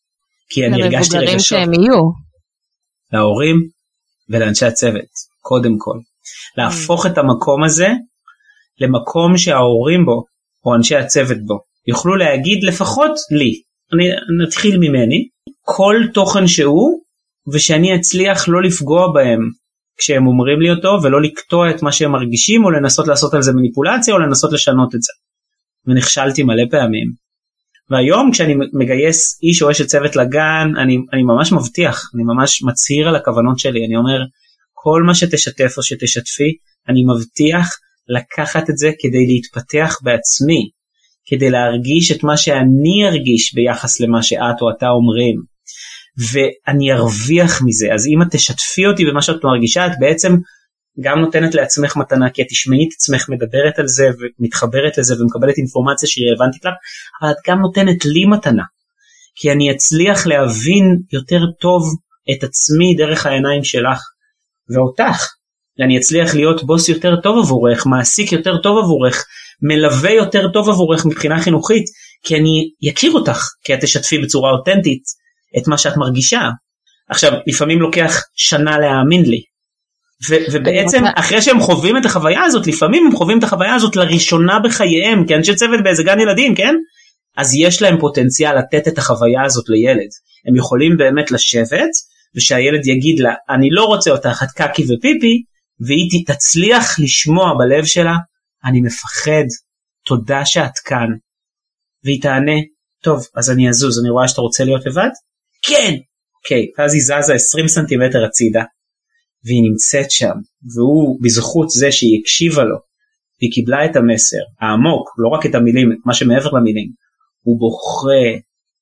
כי אני הרגשתי רגשות. למבוגרים שהם יהיו. להורים ולאנשי הצוות, קודם כל. להפוך את המקום הזה למקום שההורים בו, או אנשי הצוות בו, יוכלו להגיד לפחות לי, אני נתחיל ממני, כל תוכן שהוא, ושאני אצליח לא לפגוע בהם כשהם אומרים לי אותו, ולא לקטוע את מה שהם מרגישים, או לנסות לעשות על זה מניפולציה, או לנסות לשנות את זה. ונכשלתי מלא פעמים. והיום כשאני מגייס איש או אשת צוות לגן, אני, אני ממש מבטיח, אני ממש מצהיר על הכוונות שלי, אני אומר, כל מה שתשתף או שתשתפי, אני מבטיח לקחת את זה כדי להתפתח בעצמי, כדי להרגיש את מה שאני ארגיש ביחס למה שאת או אתה אומרים, ואני ארוויח מזה. אז אם את תשתפי אותי במה שאת מרגישה, את בעצם גם נותנת לעצמך מתנה, כי את תשמעי את עצמך מדברת על זה, ומתחברת לזה, ומקבלת אינפורמציה שהיא רלוונטית לך, אבל את גם נותנת לי מתנה, כי אני אצליח להבין יותר טוב את עצמי דרך העיניים שלך, ואותך, אני אצליח להיות בוס יותר טוב עבורך, מעסיק יותר טוב עבורך, מלווה יותר טוב עבורך מבחינה חינוכית, כי אני יכיר אותך, כי את תשתפי בצורה אותנטית את מה שאת מרגישה. עכשיו, לפעמים לוקח שנה להאמין לי, ו- ובעצם אחרי שהם חווים את החוויה הזאת, לפעמים הם חווים את החוויה הזאת לראשונה בחייהם, כי אנשי צוות באיזה גן ילדים, כן? אז יש להם פוטנציאל לתת את החוויה הזאת לילד. הם יכולים באמת לשבת, ושהילד יגיד לה, אני לא רוצה אותך, את קקי ופיפי, והיא תצליח לשמוע בלב שלה, אני מפחד, תודה שאת כאן. והיא תענה, טוב, אז אני אזוז, אני רואה שאתה רוצה להיות לבד? כן! אוקיי, ואז היא זזה עשרים סנטימטר הצידה, והיא נמצאת שם, והוא בזכות זה שהיא הקשיבה לו, והיא קיבלה את המסר, העמוק, לא רק את המילים, מה שמעבר למילים, הוא בוכה,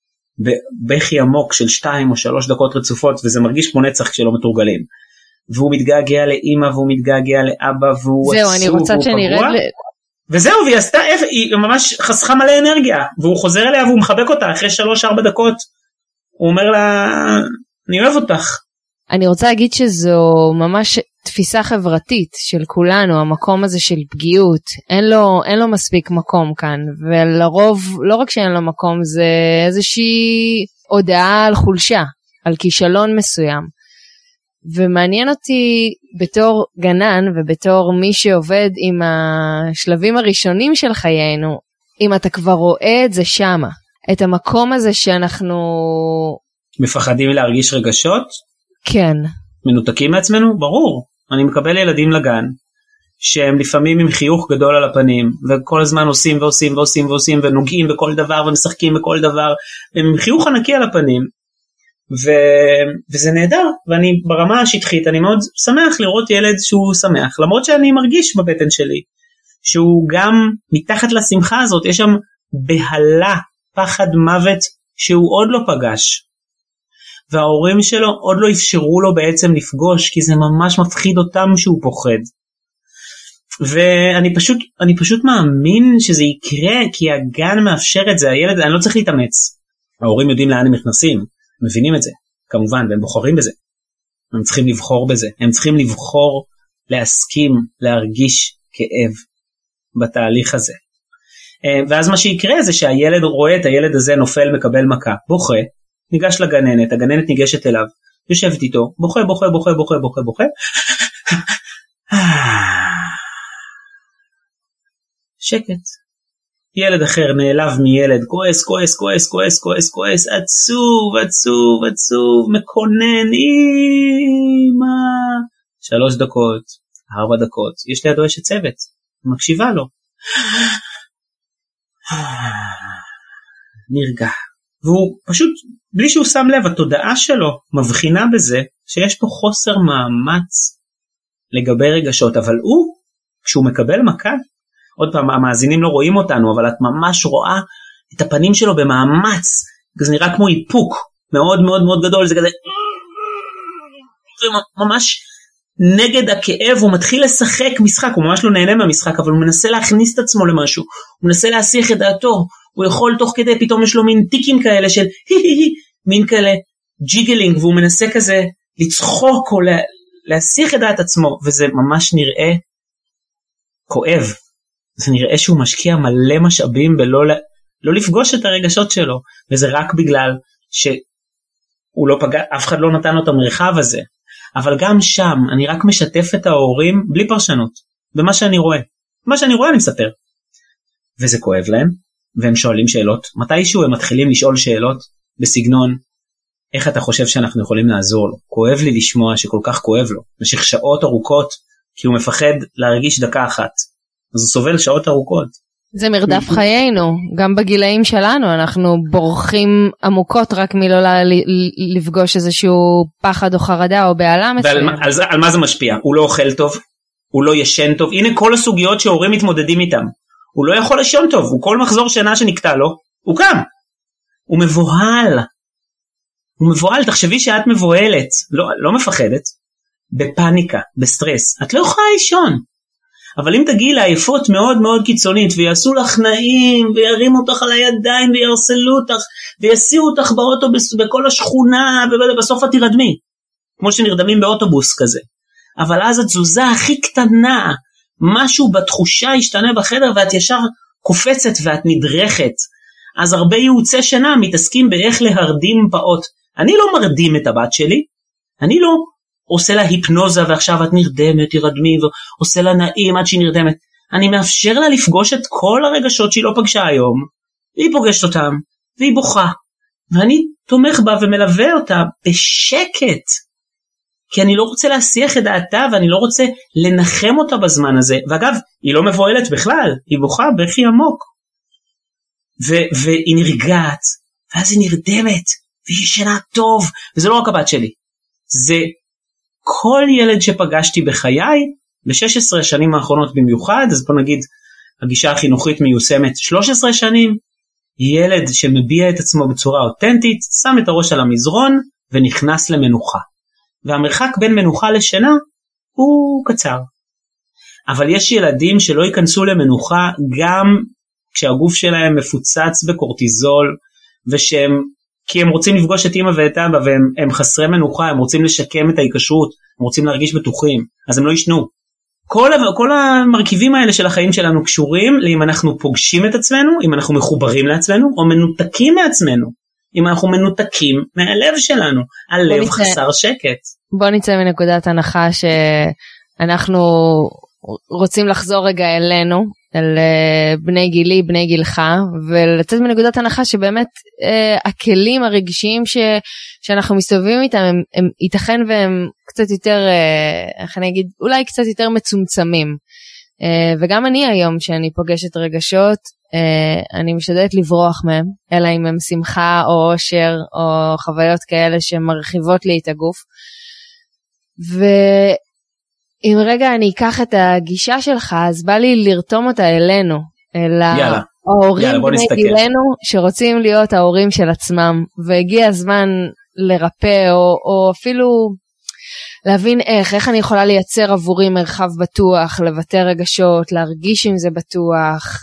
בכי עמוק של שתיים או שלוש דקות רצופות, וזה מרגיש כמו נצח כשלא מתורגלים. והוא מתגעגע לאמא, והוא מתגעגע לאבא, והוא זהו, אני רוצה שנרד ל... וזהו, והיא עשתה, היא ממש חסכה מלא אנרגיה, והוא חוזר אליה והוא מחבק אותה, אחרי שלוש ארבע דקות, הוא אומר לה, אני אוהב אותך. אני רוצה להגיד שזו ממש תפיסה חברתית של כולנו, המקום הזה של פגיעות, אין לו, אין לו מספיק מקום כאן, ולרוב, לא רק שאין לו מקום, זה איזושהי הודעה על חולשה, על כישלון מסוים. ומעניין אותי בתור גנן ובתור מי שעובד עם השלבים הראשונים של חיינו, אם אתה כבר רואה את זה שמה, את המקום הזה שאנחנו... מפחדים להרגיש רגשות? כן. מנותקים מעצמנו? ברור. אני מקבל ילדים לגן, שהם לפעמים עם חיוך גדול על הפנים, וכל הזמן עושים ועושים ועושים ועושים, ונוגעים בכל דבר ומשחקים בכל דבר, והם עם חיוך ענקי על הפנים, ו... וזה נהדר, ואני ברמה השטחית, אני מאוד שמח לראות ילד שהוא שמח, למרות שאני מרגיש בבטן שלי, שהוא גם מתחת לשמחה הזאת, יש שם בהלה, פחד מוות, שהוא עוד לא פגש, וההורים שלו עוד לא אפשרו לו בעצם לפגוש, כי זה ממש מפחיד אותם שהוא פוחד. ואני פשוט, אני פשוט מאמין שזה יקרה, כי הגן מאפשר את זה, הילד, אני לא צריך להתאמץ. ההורים יודעים לאן הם נכנסים, מבינים את זה, כמובן, והם בוחרים בזה. הם צריכים לבחור בזה, הם צריכים לבחור, להסכים, להרגיש כאב בתהליך הזה. ואז מה שיקרה זה שהילד רואה את הילד הזה נופל, מקבל מכה, בוכה, ניגש לגננת, הגננת ניגשת אליו, יושבת איתו, בוכה, בוכה, בוכה, בוכה, בוכה, בוכה. שקט. ילד אחר נעלב מילד, כועס, כועס, כועס, כועס, כועס, כועס, עצוב, עצוב, עצוב, מקונן, אמא. שלוש דקות, ארבע דקות, יש לידו אשת צוות, מקשיבה לו. נרגע. והוא פשוט, בלי שהוא שם לב, התודעה שלו מבחינה בזה, שיש פה חוסר מאמץ לגבי רגשות, אבל הוא, כשהוא מקבל מכה, עוד פעם, המאזינים לא רואים אותנו, אבל את ממש רואה את הפנים שלו במאמץ, זה נראה כמו איפוק, מאוד מאוד מאוד גדול, זה כזה, ממש נגד הכאב, הוא מתחיל לשחק משחק, הוא ממש לא נהנה מהמשחק, אבל הוא מנסה להכניס את עצמו למשהו, הוא מנסה להסיח את דעתו, הוא יכול תוך כדי, פתאום יש לו מין טיקים כאלה של הי הי הי, מין כאלה ג'יגלינג, והוא מנסה כזה לצחוק או לה, להסיח את דעת עצמו, וזה ממש נראה כואב, זה נראה שהוא משקיע מלא משאבים בלא לא לפגוש את הרגשות שלו, וזה רק בגלל הוא לא פגע, אף אחד לא נתן לו את המרחב הזה, אבל גם שם אני רק משתף את ההורים בלי פרשנות, במה שאני רואה, מה שאני רואה אני מספר, וזה כואב להם, והם שואלים שאלות, מתישהו הם מתחילים לשאול שאלות, בסגנון, איך אתה חושב שאנחנו יכולים לעזור לו, כואב לי לשמוע שכל כך כואב לו, במשך שעות ארוכות, כי הוא מפחד להרגיש דקה אחת, אז הוא סובל שעות ארוכות. זה מרדף חיינו, גם בגילאים שלנו, אנחנו בורחים עמוקות רק מלא לפגוש איזשהו פחד או חרדה או בעלה מסוים. ועל על, על מה זה משפיע? הוא לא אוכל טוב, הוא לא ישן טוב, הנה כל הסוגיות שההורים מתמודדים איתם, הוא לא יכול לישון טוב, הוא כל מחזור שינה שנקטע לו, הוא קם, הוא מבוהל, הוא מבוהל, תחשבי שאת מבוהלת, לא, לא מפחדת, בפניקה, בסטרס, את לא יכולה לישון, אבל אם תגיעי לעייפות מאוד מאוד קיצונית, ויעשו לך נעים, וירימו אותך על הידיים, וירסלו אותך, ויסיעו אותך באוטו בכל השכונה, ובסוף את תירדמי, כמו שנרדמים באוטובוס כזה, אבל אז התזוזה הכי קטנה, משהו בתחושה ישתנה בחדר, ואת ישר קופצת ואת נדרכת, אז הרבה ייעוצי שינה מתעסקים באיך להרדים פעוט, אני לא מרדים את הבת שלי, אני לא עושה לה היפנוזה ועכשיו את נרדמת, תירדמי, ועושה לה נעים עד שהיא נרדמת, אני מאפשר לה לפגוש את כל הרגשות שהיא לא פגשה היום, והיא פוגשת אותם, והיא בוכה, ואני תומך בה ומלווה אותה בשקט, כי אני לא רוצה להסיח את דעתה, ואני לא רוצה לנחם אותה בזמן הזה, ואגב, היא לא מבועלת בכלל, היא בוכה בכי עמוק, ו- והיא נרגעת, ואז היא נרדמת, והיא ישנה טוב, וזה לא רק הבת שלי, זה כל ילד שפגשתי בחיי, ב-שש עשרה שנים האחרונות במיוחד, אז בוא נגיד, הגישה החינוכית מיושמת שלוש עשרה שנים, ילד שמביע את עצמו בצורה אותנטית, שם את הראש על המזרון, ונכנס למנוחה. והמרחק בין מנוחה לשינה, הוא קצר. אבל יש ילדים שלא ייכנסו למנוחה, גם כשהגוף שלהם מפוצץ בקורטיזול, ושהם, כי הם רוצים לפגוש את אמא ואת אבא, והם הם חסרי מנוחה, הם רוצים לשקם את ההיקשרות, הם רוצים להרגיש בטוחים, אז הם לא ישנו. כל, כל המרכיבים האלה של החיים שלנו קשורים, לאם אנחנו פוגשים את עצמנו, אם אנחנו מחוברים לעצמנו, או מנותקים מעצמנו, אם אנחנו מנותקים מהלב שלנו, הלב נצא, חסר שקט. בוא נצא מנקודת הנחה שאנחנו רוצים לחזור רגע אלינו, אל בני גילי, בני גילך, ולצאת מנקודת הנחה שבאמת אה, הכלים הרגשיים ש, שאנחנו מסתובבים איתם, הם, הם ייתכן והם קצת יותר, אה, איך אני אגיד, אולי קצת יותר מצומצמים. אה, וגם אני היום, שאני פוגשת רגשות, אה, אני משתדלת לברוח מהם, אלא אם הם שמחה או אושר, או חוויות כאלה שמרחיבות לי את הגוף. ו... אם רגע אני אקח את הגישה שלך, אז בא לי לרתום אותה אלינו, אל ההורים בני גילנו, שרוצים להיות ההורים של עצמם, והגיע הזמן לרפא, או, או אפילו להבין איך, איך אני יכולה לייצר עבורי מרחב בטוח, לבטא רגשות, להרגיש עם זה בטוח.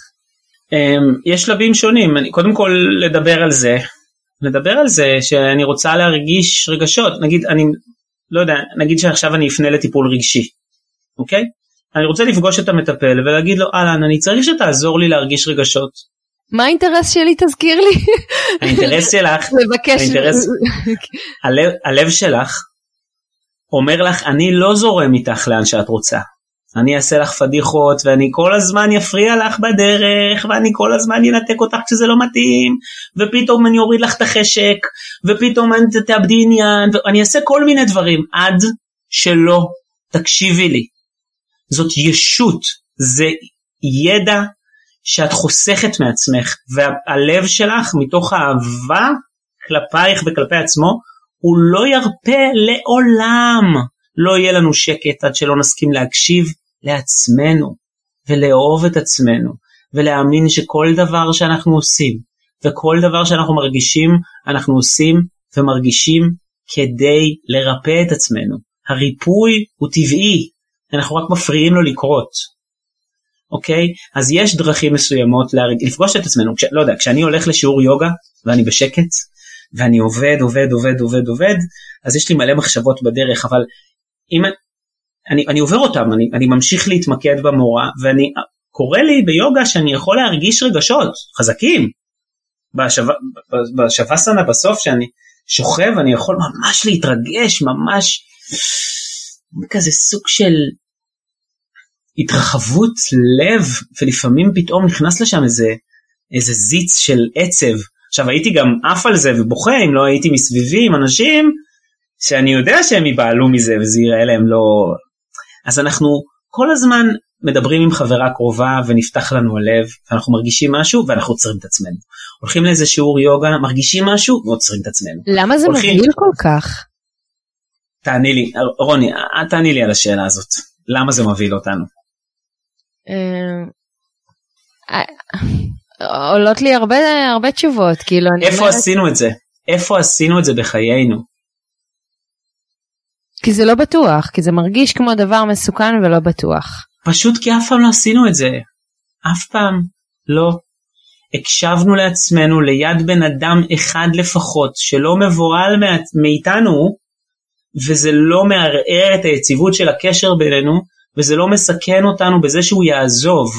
יש שלבים שונים, קודם כל לדבר על זה, לדבר על זה שאני רוצה להרגיש רגשות, נגיד, אני לא יודע, נגיד שעכשיו אני אפנה לטיפול רגשי, אוקיי? אני רוצה לפגוש את המטפל ולהגיד לו, אהלן, אני צריך שתעזור לי להרגיש רגשות. מה האינטרס שלי? תזכיר לי. האינטרס שלך, האינטרס, הלב, הלב שלך אומר לך, אני לא זורם איתך לאן שאת רוצה. אני אעשה לך פדיחות, ואני כל הזמן יפריע לך בדרך, ואני כל הזמן ינתק אותך כשזה לא מתאים, ופתאום אני אוריד לך את החשק, ופתאום אני תאבדי עניין, ואני אעשה כל מיני דברים, עד שלא תקשיבי לי. זאת ישות, זה ידע שאת חוסכת מעצמך, והלב שלך מתוך האהבה כלפייך וכלפי עצמו, הוא לא ירפא לעולם. לא יהיה לנו שקט עד שלא נסכים להקשיב לעצמנו, ולאהוב את עצמנו, ולהאמין שכל דבר שאנחנו עושים, וכל דבר שאנחנו מרגישים, אנחנו עושים ומרגישים כדי לרפא את עצמנו. הריפוי הוא טבעי, אנחנו רק מפריעים לו לקרות. אוקיי? אז יש דרכים מסוימות להרג... לפגוש את עצמנו. כש... לא יודע, כשאני הולך לשיעור יוגה, ואני בשקט, ואני עובד, עובד, עובד, עובד, עובד, אז יש לי מלא מחשבות בדרך, אבל אם אני, אני עובר אותם, אני, אני ממשיך להתמקד במורה, ואני קורא לי ביוגה שאני יכול להרגיש רגשות חזקים, בשו, בשבסנה בסוף, שאני, שוכב, אני יכול ממש להתרגש, ממש כזה סוג של התרחבות לב, ולפעמים פתאום נכנס לשם איזה, איזה זיץ של עצב. עכשיו הייתי גם אף על זה ובוכה, אם לא הייתי מסביבי עם אנשים, שאני יודע שהם ייבעלו מזה, וזה יראה להם לא... אז אנחנו כל הזמן מדברים עם חברה קרובה, ונפתח לנו הלב, ואנחנו מרגישים משהו, ואנחנו עוצרים את עצמנו. הולכים לאיזה שיעור יוגה, מרגישים משהו, ועוצרים את עצמנו. למה זה הולכים... מבהיל כל כך? תעני לי, רוני, תעני לי על השאלה הזאת. למה זה מבהיל אותנו? עולות לי הרבה, הרבה תשובות, כאילו... איפה עשינו את זה? איפה עשינו את זה בחיינו? כי זה לא בטוח, כי זה מרגיש כמו דבר מסוכן ולא בטוח. פשוט כי אף פעם לא עשינו את זה. אף פעם לא. הקשבנו לעצמנו ליד בן אדם אחד לפחות, שלא מבועל מאיתנו, וזה לא מערער את היציבות של הקשר בינינו, וזה לא מסכן אותנו בזה שהוא יעזוב.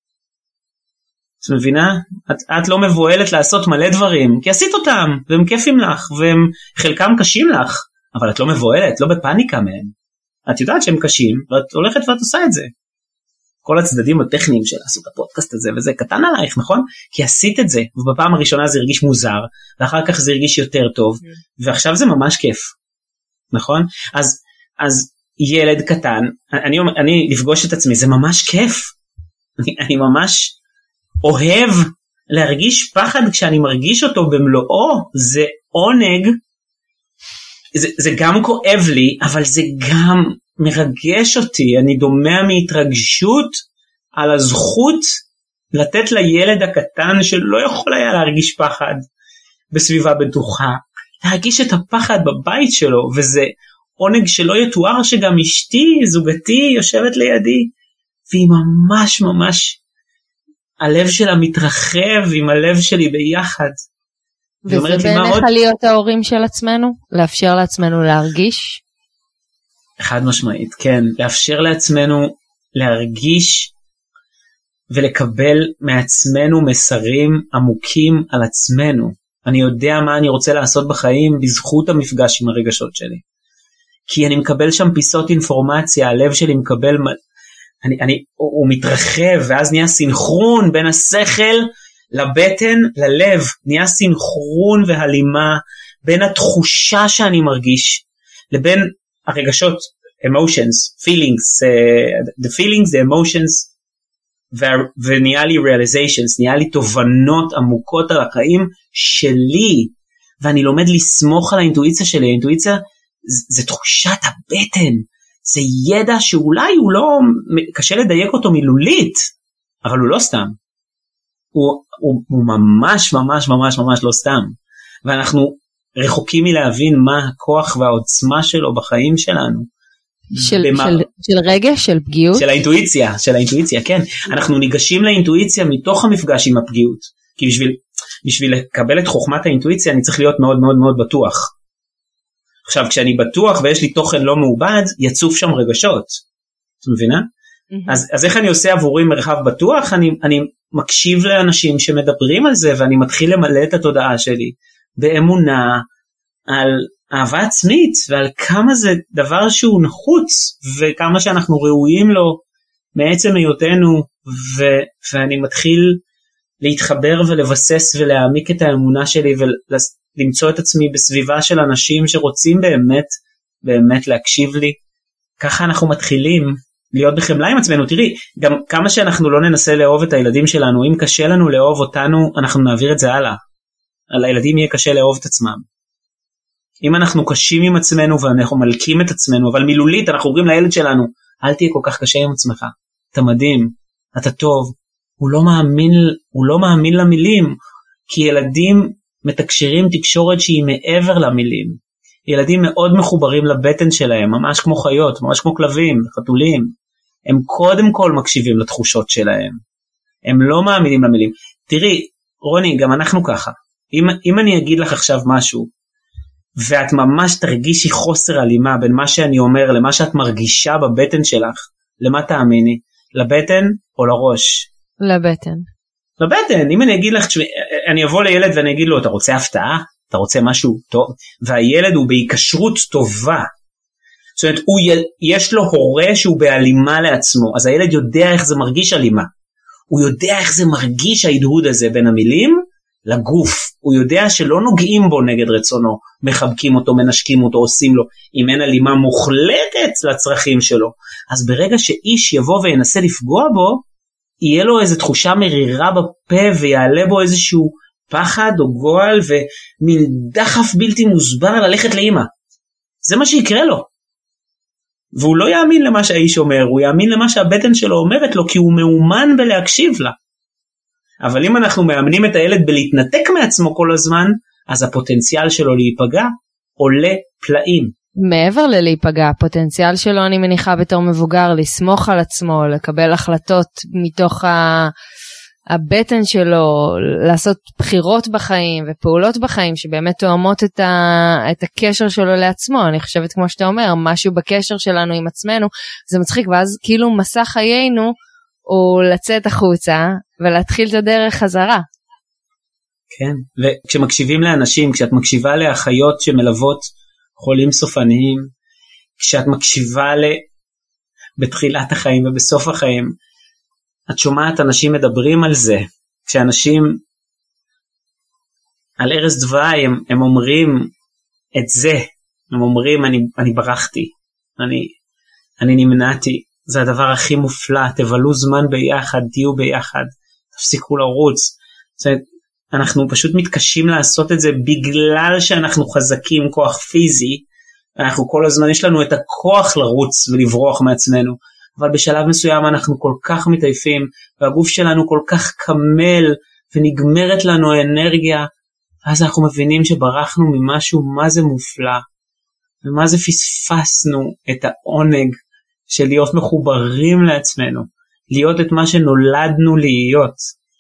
את מבינה? את, את לא מבועלת לעשות מלא דברים, כי עשית אותם, והם כיפים לך, והם חלקם קשים לך, אבל את לא מבועלת, לא בפאניקה מהם. את יודעת שהם קשים, ואת הולכת ואת עושה את זה. כל הצדדים הטכניים של לעשות הפודקאסט הזה, וזה קטן עלייך, נכון? כי עשית את זה, ובפעם הראשונה זה הרגיש מוזר, ואחר כך זה הרגיש יותר טוב, ועכשיו זה ממש כיף. נכון? אז, אז ילד קטן, אני, אני לפגוש את עצמי, זה ממש כיף. אני, אני ממש אוהב להרגיש פחד כשאני מרגיש אותו במלואו, זה עונג, זה, זה גם כואב לי, אבל זה גם מרגש אותי, אני דומע מהתרגשות על הזכות לתת לילד הקטן שלא יכול היה להרגיש פחד בסביבה בטוחה, להרגיש את הפחד בבית שלו, וזה עונג שלא יתואר שגם אשתי, זוגתי, יושבת לידי, והיא ממש ממש, הלב שלה מתרחב עם הלב שלי ביחד. וזה בעיניך עוד... להיות ההורים של עצמנו? לאפשר לעצמנו להרגיש? חד משמעית, כן. לאפשר לעצמנו להרגיש ולקבל מעצמנו מסרים עמוקים על עצמנו. אני יודע מה אני רוצה לעשות בחיים בזכות המפגש עם הרגשות שלי. כי אני מקבל שם פיסות אינפורמציה, הלב שלי מקבל, אני, אני, הוא מתרחב, ואז נהיה סינכרון בין השכל לבטן, ללב, נהיה סינכרון והלימה, בין התחושה שאני מרגיש, לבין הרגשות, emotions, feelings, uh, the feelings, the emotions, ונהיה לי realizations, נהיה לי תובנות עמוקות על החיים שלי, ואני לומד לסמוך על האינטואיציה שלי. האינטואיציה זה, זה תחושת הבטן, זה ידע שאולי הוא לא, קשה לדייק אותו מילולית, אבל הוא לא סתם, הוא, הוא, הוא ממש ממש ממש ממש לא סתם, ואנחנו רחוקים מלהבין מה הכוח והעוצמה שלו בחיים שלנו. של, במה... של, של רגש, של פגיעות? של האינטואיציה, של האינטואיציה, כן. אנחנו ניגשים לאינטואיציה מתוך המפגש עם הפגיעות, כי בשביל, בשביל לקבל את חוכמת האינטואיציה אני צריך להיות מאוד מאוד מאוד בטוח. עכשיו, כשאני בטוח ויש לי תוכן לא מעובד, יצוף שם רגשות. את מבינה? Mm-hmm. אז, אז איך אני עושה עבורי מרחב בטוח? אני, אני מקשיב לאנשים שמדברים על זה, ואני מתחיל למלא את התודעה שלי באמונה על אהבה עצמית, ועל כמה זה דבר שהוא נחוץ, וכמה שאנחנו ראויים לו מעצם היותנו, ו- ואני מתחיל להתחבר ולבסס ולהעמיק את האמונה שלי, ולמצוא את עצמי בסביבה של אנשים שרוצים באמת, באמת להקשיב לי. ככה אנחנו מתחילים להיות בחמלה עם עצמנו. תראי, גם כמה שאנחנו לא ננסה לאהוב את הילדים שלנו, אם קשה לנו לאהוב אותנו, אנחנו נעביר את זה הלאה. על הילדים יהיה קשה לאהוב את עצמם. אם אנחנו קשים עם עצמנו ואנחנו מלכים את עצמנו, אבל מילולית אנחנו אומרים לילד שלנו, אל תהיה כל כך קשה עם עצמך, אתה מדהים, אתה טוב, הוא לא מאמין, הוא לא מאמין למילים, כי ילדים מתקשרים תקשורת שהיא מעבר למילים, ילדים מאוד מחוברים לבטן שלהם, ממש כמו חיות, ממש כמו כלבים, חתולים, הם קודם כל מקשיבים לתחושות שלהם, הם לא מאמינים למילים. תראי, רוני, גם אנחנו ככה, אם, אם אני אגיד לך עכשיו משהו, ואת ממש תרגישי חוסר הלימה בין מה שאני אומר למה שאת מרגישה בבטן שלך, למה תאמיני? לבטן או לראש? לבטן. לבטן. אם אני אגיד לך, אני אבוא לילד ואני אגיד לו, אתה רוצה הפתעה? אתה רוצה משהו טוב, והילד הוא בהיקשרות טובה, זאת אומרת, הוא, יש לו הורה שהוא בהלימה לעצמו, אז הילד יודע איך זה מרגיש הלימה, הוא יודע איך זה מרגיש ההדהוד הזה בין המילים לגוף, הוא יודע שלא נוגעים בו נגד רצונו, מחבקים אותו, מנשקים אותו, עושים לו, אם אין הלימה מוחלטת לצרכים שלו, אז ברגע שאיש יבוא וינסה לפגוע בו, יהיה לו איזו תחושה מרירה בפה, ויעלה בו איזשהו פחד או גועל, ומין דחף בלתי מוסבר ללכת לאמא, זה מה שיקרה לו, והוא לא יאמין למה שהאיש אומר, הוא יאמין למה שהבטן שלו אומרת לו, כי הוא מאומן בלהקשיב לה. אבל אם אנחנו מאמנים את הילד בלהתנתק מעצמו כל הזמן, אז הפוטנציאל שלו להיפגע עולה פלאים. מעבר ללהיפגע, הפוטנציאל שלו אני מניחה בתור מבוגר, לסמוך על עצמו, לקבל החלטות מתוך ה... הבטן שלו, לעשות בחירות בחיים ופעולות בחיים שבאמת תואמות את, ה, את הקשר שלו לעצמו. אני חושבת כמו שאתה אומר, משהו בקשר שלנו עם עצמנו, זה מצחיק, ואז כאילו מסע חיינו הוא לצאת החוצה ולהתחיל את הדרך חזרה. כן, וכשמקשיבים לאנשים, כשאת מקשיבה לאחיות שמלוות חולים סופניים, כשאת מקשיבה ל... בתחילת החיים ובסוף החיים, את שומעת אנשים מדברים על זה, כשאנשים על ערש דווי הם, הם אומרים את זה, הם אומרים אני, אני ברחתי, אני, אני נמנעתי, זה הדבר הכי מופלא, תבלו זמן ביחד, תהיו ביחד, תפסיקו לרוץ, זאת אומרת, אנחנו פשוט מתקשים לעשות את זה בגלל שאנחנו חזקים כוח פיזי, אנחנו כל הזמן יש לנו את הכוח לרוץ ולברוח מעצמנו, אבל בשלב מסוים אנחנו כל כך מתעייפים, והגוף שלנו כל כך קמל, ונגמרת לנו האנרגיה, אז אנחנו מבינים שברחנו ממשהו מה זה מופלא, ומה זה פספסנו את העונג של להיות מחוברים לעצמנו, להיות את מה שנולדנו להיות,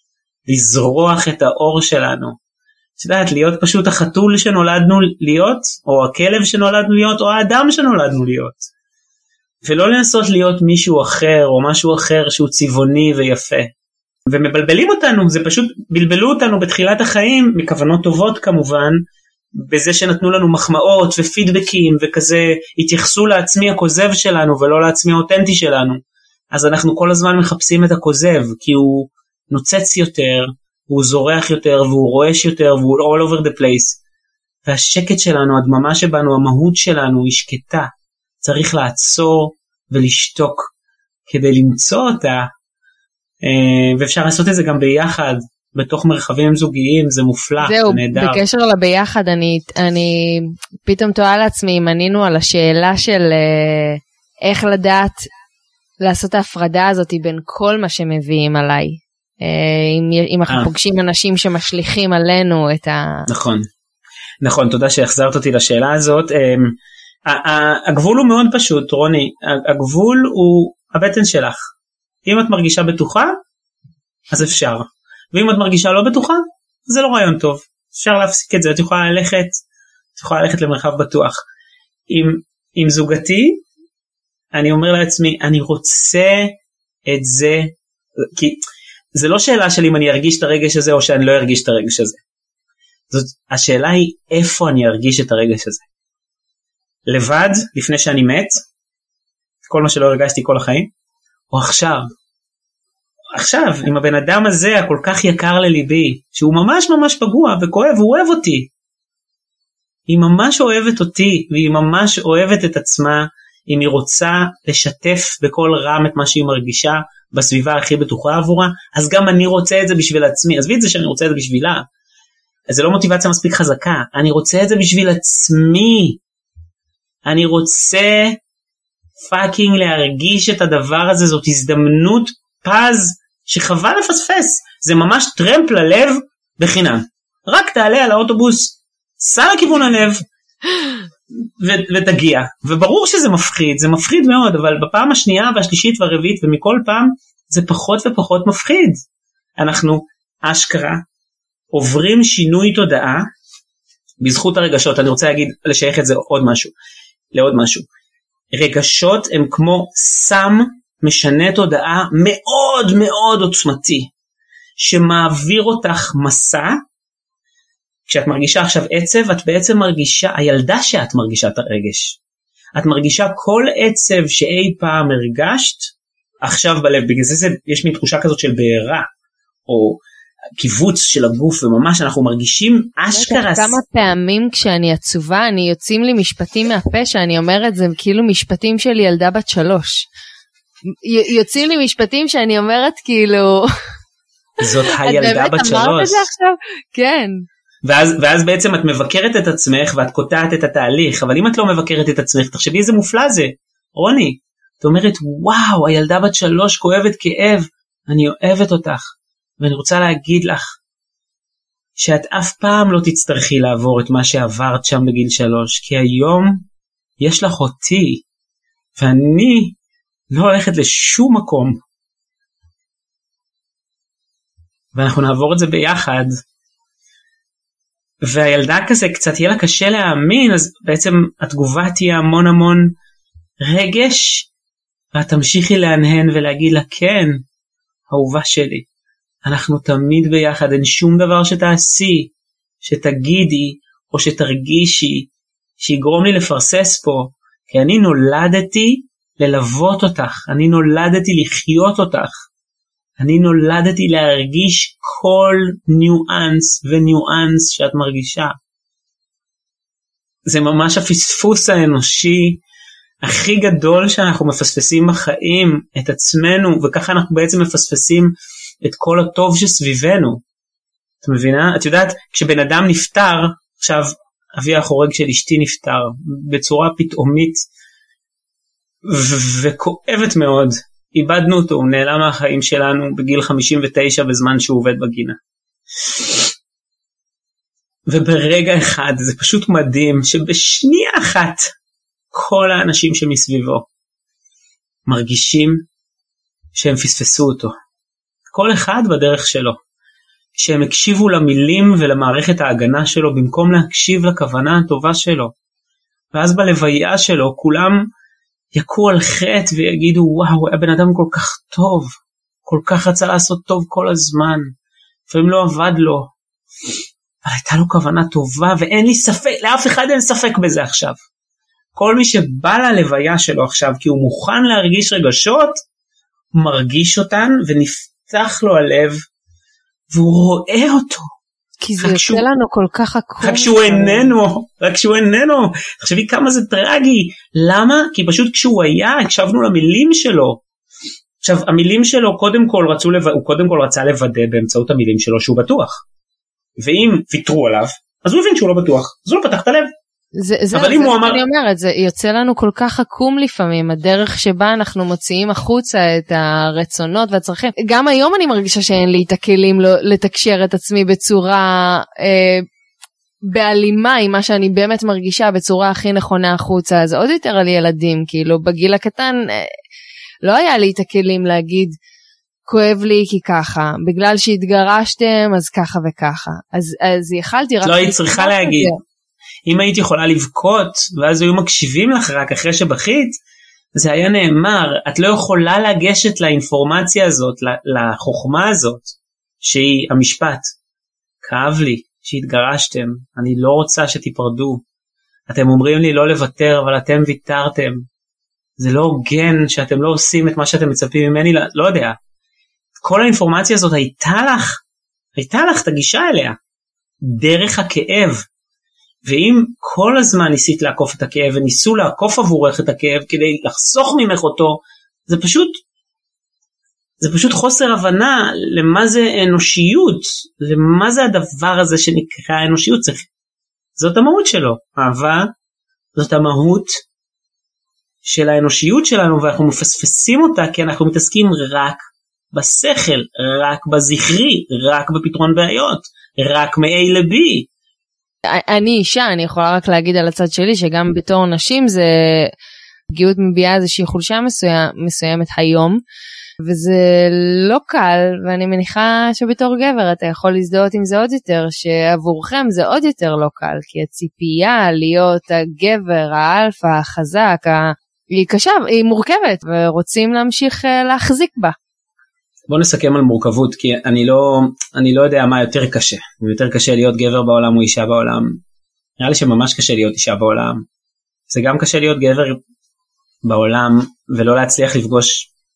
לזרוח את האור שלנו, שדעת, להיות פשוט החתול שנולדנו להיות, או הכלב שנולדנו להיות, או האדם שנולדנו להיות, ולא לנסות להיות מישהו אחר, או משהו אחר שהוא צבעוני ויפה, ומבלבלים אותנו, זה פשוט בלבלו אותנו בתחילת החיים, מכוונות טובות כמובן, בזה שנתנו לנו מחמאות ופידבקים, וכזה התייחסו לעצמי הכוזב שלנו, ולא לעצמי האותנטי שלנו, אז אנחנו כל הזמן מחפשים את הכוזב, כי הוא נוצץ יותר, הוא זורח יותר, והוא רועש יותר, והוא all over the place, והשקט שלנו, הדממה שבנו, המהות שלנו היא שקטה, צריך לעצור ולשתוק, כדי למצוא אותה, ואפשר לעשות את זה גם ביחד, בתוך מרחבים זוגיים, זה מופלא, זהו, נהדר. בקשר לביחד, אני, אני פתאום תוהה לעצמי, אם ענינו על השאלה של איך לדעת לעשות ההפרדה הזאת בין כל מה שמביאים עליי, אם, אם אנחנו פוגשים אנשים שמשליכים עלינו את ה... נכון, נכון, תודה שהחזרת אותי לשאלה הזאת. הגבול הוא מאוד פשוט, רוני, הגבול הוא הבטן שלך. אם את מרגישה בטוחה, אז אפשר. ואם את מרגישה לא בטוחה, זה לא רעיון טוב. אפשר להפסיק את זה, את יכולה ללכת, את יכולה ללכת למרחב בטוח. עם, עם זוגתי, אני אומר לעצמי, אני רוצה את זה, כי זה לא שאלה של אם אני ארגיש את הרגש הזה, או שאני לא ארגיש את הרגש הזה. זאת, השאלה היא, איפה אני ארגיש את הרגש הזה? לבד, לפני שאני מת, כל מה שלא הרגשתי כל החיים, או עכשיו, עכשיו, עם הבן אדם הזה, הכל כך יקר לליבי, שהוא ממש ממש פגוע וכואב, הוא אוהב אותי. היא ממש אוהבת אותי, והיא ממש אוהבת את עצמה, אם היא רוצה לשתף בכל רם את מה שהיא מרגישה, בסביבה הכי בטוחה עבורה, אז גם אני רוצה את זה בשביל עצמי, עזבי את זה שאני רוצה את זה בשבילה, אז זה לא מוטיבציה מספיק חזקה, אני רוצה את זה בשביל עצמי, אני רוצה פאקינג להרגיש את הדבר הזה, זאת הזדמנות פז שחבל לפספס, זה ממש טרמפ ללב בחינם, רק תעלה על האוטובוס, סע לכיוון הלב, ו- ותגיע, וברור שזה מפחיד, זה מפחיד מאוד, אבל בפעם השנייה והשלישית והרביעית, ומכל פעם זה פחות ופחות מפחיד, אנחנו אשכרה עוברים שינוי תודעה, בזכות הרגשות, אני רוצה להגיד, לשייך את זה עוד משהו, לעוד משהו, רגשות הם כמו סם משנה תודעה מאוד מאוד עוצמתי, שמעביר אותך מסע, כשאת מרגישה עכשיו עצב, את בעצם מרגישה, הילדה שאת מרגישה את הרגש. את מרגישה כל עצב שאי פעם הרגשת, עכשיו בלב. בגלל זה, זה יש מין תחושה כזאת של בעירה, או קיבוץ של הגוף, וממש אנחנו מרגישים אשכרה. כמה פעמים כשאני עצובה, אני יוצאים לי משפטים מהפה, שאני אומרת, זה כאילו משפטים של ילדה בת שלוש. יוצאים לי משפטים שאני אומרת כאילו... זאת הילדה בת שלוש. את באמת אמרת את זה עכשיו? כן. ואז, ואז בעצם את מבקרת את עצמך, ואת קוטעת את התהליך, אבל אם את לא מבקרת את עצמך, תחשבי איזה מופלא זה. רוני, את אומרת, וואו, הילדה בת שלוש כואבת כאב, אני אוהבת אותך, ואני רוצה להגיד לך, שאת אף פעם לא תצטרכי לעבור את מה שעברת שם בגיל שלוש, כי היום יש לך אותי, ואני לא הולכת לשום מקום, ואנחנו נעבור את זה ביחד, והילדה כזה קצת יהיה לה קשה להאמין, אז בעצם התגובה תהיה המון המון רגש, ואת תמשיכי להנהן ולהגיד לה, כן, אהובה שלי, אנחנו תמיד ביחד, אין שום דבר שתעשי, שתגידי, או שתרגישי, שיגרום לי לפרסס פה, כי אני נולדתי ללוות אותך, אני נולדתי לחיות אותך, אני נולדתי להרגיש כל ניואנס וניואנס שאת מרגישה. זה ממש הפספוס האנושי הכי גדול שאנחנו מפספסים בחיים, את עצמנו, וככה אנחנו בעצם מפספסים את כל הטוב שסביבנו. את מבינה? את יודעת, כשבן אדם נפטר, עכשיו אבי החורג של אשתי נפטר, בצורה פתאומית ו- וכואבת מאוד, איבדנו אותו, הוא נעלם מהחיים שלנו בגיל חמישים ותשע בזמן שהוא עובד בגינה. וברגע אחד, זה פשוט מדהים, שבשנייה אחת, כל האנשים שמסביבו מרגישים שהם פספסו אותו. כל אחד בדרך שלו. שהם הקשיבו למילים ולמערכת ההגנה שלו, במקום להקשיב לכוונה הטובה שלו. ואז בלוויה שלו, כולם יקו על חטא ויגידו, וואו, הבן אדם כל כך טוב, כל כך רצה לעשות טוב כל הזמן, לפעמים לא עבד לו, אבל הייתה לו כוונה טובה, ואין לי ספק, לאף אחד אין ספק בזה עכשיו. כל מי שבא ללוויה שלו עכשיו, כי הוא מוכן להרגיש רגשות, מרגיש אותן, ונפתח לו הלב, והוא רואה אותו. כי זה יוצא לנו כל כך עקום. רק שהוא איננו, רק שהוא איננו. תחשבי כמה זה טרגי. למה? כי פשוט כשהוא היה, הקשבנו למילים שלו. עכשיו, המילים שלו קודם כל רצו, הוא קודם כל רצה לוודא באמצעות המילים שלו שהוא בטוח. ואם ויתרו עליו, אז הוא הבין שהוא לא בטוח. אז הוא לא פתח את הלב. זה, זה, אבל זה, אם זה הוא אמר... אני אומרת, זה יוצא לנו כל כך עקום לפעמים, הדרך שבה אנחנו מוציאים החוצה את הרצונות והצרכים. גם היום אני מרגישה שאין לי את הכלים לא, לתקשר את עצמי בצורה אה, בהלימה עם מה שאני באמת מרגישה בצורה הכי נכונה החוצה. אז עוד יותר על ילדים, כאילו בגיל הקטן אה, לא היה לי את הכלים להגיד, כואב לי כי ככה, בגלל שהתגרשתם אז ככה וככה. אז, אז יכלתי רק... לא היית צריכה להגיד. אם היית יכולה לבכות, ואז היו מקשיבים לך רק אחרי שבכית, זה היה נאמר, את לא יכולה לגשת לאינפורמציה הזאת, לחוכמה הזאת, שהיא המשפט. כאב לי שהתגרשתם, אני לא רוצה שתיפרדו. אתם אומרים לי לא לוותר, אבל אתם ויתרתם. זה לא הוגן שאתם לא עושים את מה שאתם מצפים ממני, לא יודע. כל האינפורמציה הזאת הייתה לך, הייתה לך את הגישה אליה, דרך הכאב. ואם כל הזמן ניסית לעקוף את הכאב, וניסו לעקוף עבורך את הכאב, כדי לחסוך ממך אותו, זה פשוט, זה פשוט חוסר הבנה, למה זה אנושיות, למה זה הדבר הזה שנקרא אנושיות, זאת המהות שלו, אהבה, זאת המהות של האנושיות שלנו, ואנחנו מפספסים אותה, כי אנחנו מתעסקים רק בשכל, רק בזכרי, רק בפתרון בעיות, רק מ-A ל-B, אני אישה, אני יכולה רק להגיד על הצד שלי, שגם בתור נשים זה פגיעות מביאה איזושהי חולשה מסוים, מסוימת היום, וזה לא קל, ואני מניחה שבתור גבר אתה יכול להזדהות עם זה עוד יותר, שעבורכם זה עוד יותר לא קל, כי הציפייה להיות הגבר, האלפא, החזק, ה... היא קשה, היא מורכבת, ורוצים להמשיך להחזיק בה. בוא נסכם על מורכבות, כי אני לא, אני לא יודע מה יותר קשה. יותר קשה להיות גבר בעולם או אישה בעולם. נראה לי שממש קשה להיות אישה בעולם. זה גם קשה להיות גבר בעולם, ולא להצליח לפגוש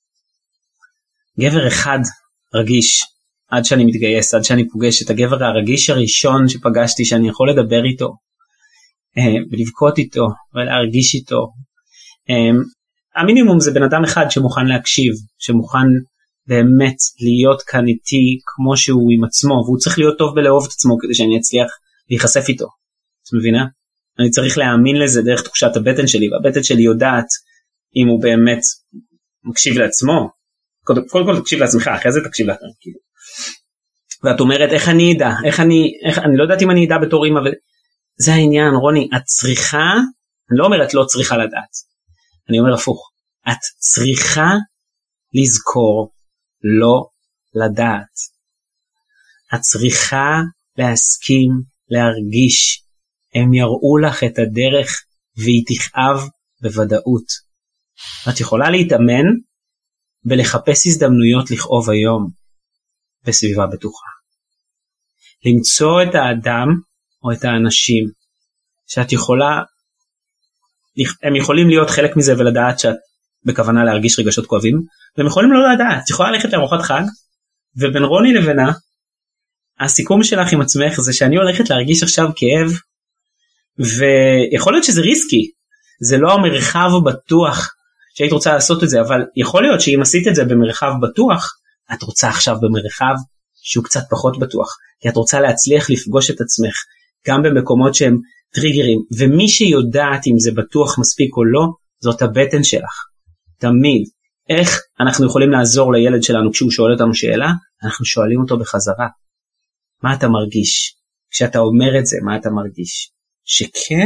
גבר אחד רגיש, עד שאני מתגייס, עד שאני פוגש את הגבר הרגיש הראשון שפגשתי, שאני יכול לדבר איתו, ולבכות איתו, ולהרגיש איתו. המינימום זה בן אדם אחד שמוכן להקשיב, שמוכן באמת להיות כאן איתי כמו שהוא עם עצמו, והוא צריך להיות טוב בלאהוב את עצמו כדי שאני אצליח להיחשף איתו. את מבינה? אני צריך להאמין לזה דרך תחושת הבטן שלי, והבטן שלי יודעת אם הוא באמת מקשיב לעצמו. קודם כל, כל תקשיב לעצמך, אחרי זה תקשיב לעצמך. ואת אומרת, איך אני אדע? איך אני, איך, אני לא יודעת אם אני אדע בתור אמא, זה העניין, רוני, את צריכה, אני לא אומרת לא צריכה לדעת, אני אומר הפוך, את צריכה לזכור לא לדעת. את צריכה להסכים, להרגיש, הם יראו לך את הדרך והיא תכאב בוודאות. את יכולה להתאמן בלחפש הזדמנויות לכאוב היום בסביבה בטוחה. למצוא את האדם או את האנשים שאת יכולה, הם יכולים להיות חלק מזה ולדעת שאת בכוונה להרגיש רגשות כואבים, והם יכולים לא לדעת. את יכולה ללכת לארוחת חג, ובין רוני לבינה, הסיכום שלך עם עצמך זה שאני הולכת להרגיש עכשיו כאב, ויכול להיות שזה ריסקי, זה לא המרחב בטוח שהיית רוצה לעשות את זה, אבל יכול להיות שאם עשית את זה במרחב בטוח, את רוצה עכשיו במרחב שהוא קצת פחות בטוח, כי את רוצה להצליח לפגוש את עצמך, גם במקומות שהם טריגרים, ומי שיודעת אם זה בטוח מספיק או לא, זאת הבטן שלך. תמיד, איך אנחנו יכולים לעזור לילד שלנו כשהוא שואל אותנו שאלה? אנחנו שואלים אותו בחזרה. מה אתה מרגיש? כשאתה אומר את זה, מה אתה מרגיש? שכן?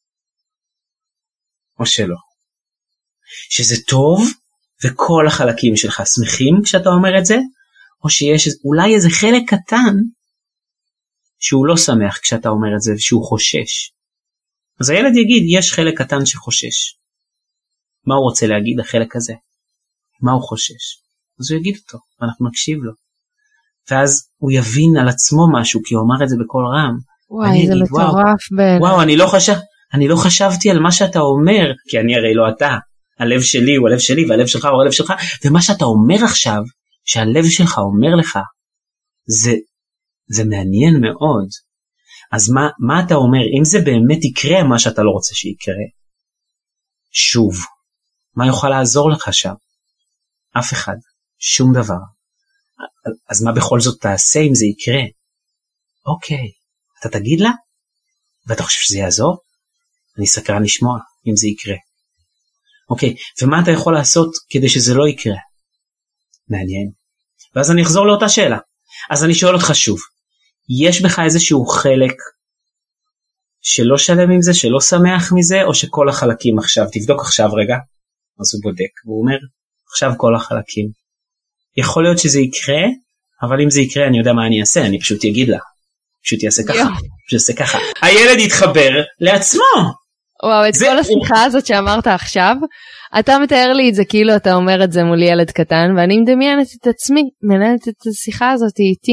או שלא? שזה טוב, וכל החלקים שלך שמחים כשאתה אומר את זה, או שיש אולי איזה חלק קטן, שהוא לא שמח כשאתה אומר את זה, ושהוא חושש. אז הילד יגיד, יש חלק קטן שחושש. מה הוא רוצה להגיד, החלק הזה? מה הוא חושש? אז הוא יגיד אותו, ואנחנו נקשיב לו. ואז הוא יבין על עצמו משהו, כי הוא אמר את זה בקול רם. וואי, זה מטורף בין. וואו, אני לא, חשב, אני לא חשבתי על מה שאתה אומר, כי אני הרי לא אתה. הלב שלי הוא הלב שלי, והלב שלך הוא הלב שלך, ומה שאתה אומר עכשיו, שהלב שלך אומר לך, זה, זה מעניין מאוד. אז מה, מה אתה אומר, אם זה באמת יקרה מה שאתה לא רוצה שיקרה, שוב, מה יוכל לעזור לך שם? אף אחד, שום דבר. אז מה בכל זאת תעשה אם זה יקרה? אוקיי, אתה תגיד לה? ואתה חושב שזה יעזור? אני סקרן לשמוע אם זה יקרה. אוקיי, ומה אתה יכול לעשות כדי שזה לא יקרה? מעניין. ואז אני אחזור לאותה שאלה. אז אני שואל אותך שוב, יש בך איזשהו חלק שלא שלם עם זה, שלא שמח מזה, או שכל החלקים עכשיו, תבדוק עכשיו רגע, אז הוא בודק, והוא אומר, עכשיו כל החלקים. יכול להיות שזה יקרה, אבל אם זה יקרה אני יודע מה אני אעשה, אני פשוט אגיד לה, פשוט יעשה ככה, פשוט יעשה ככה. הילד יתחבר לעצמו. וואו, את כל השיחה הזאת שאמרת עכשיו, אתה מתאר לי את זה כאילו אתה אומר את זה מול ילד קטן, ואני מדמיינת את עצמי, מנהלת את השיחה הזאת איתי.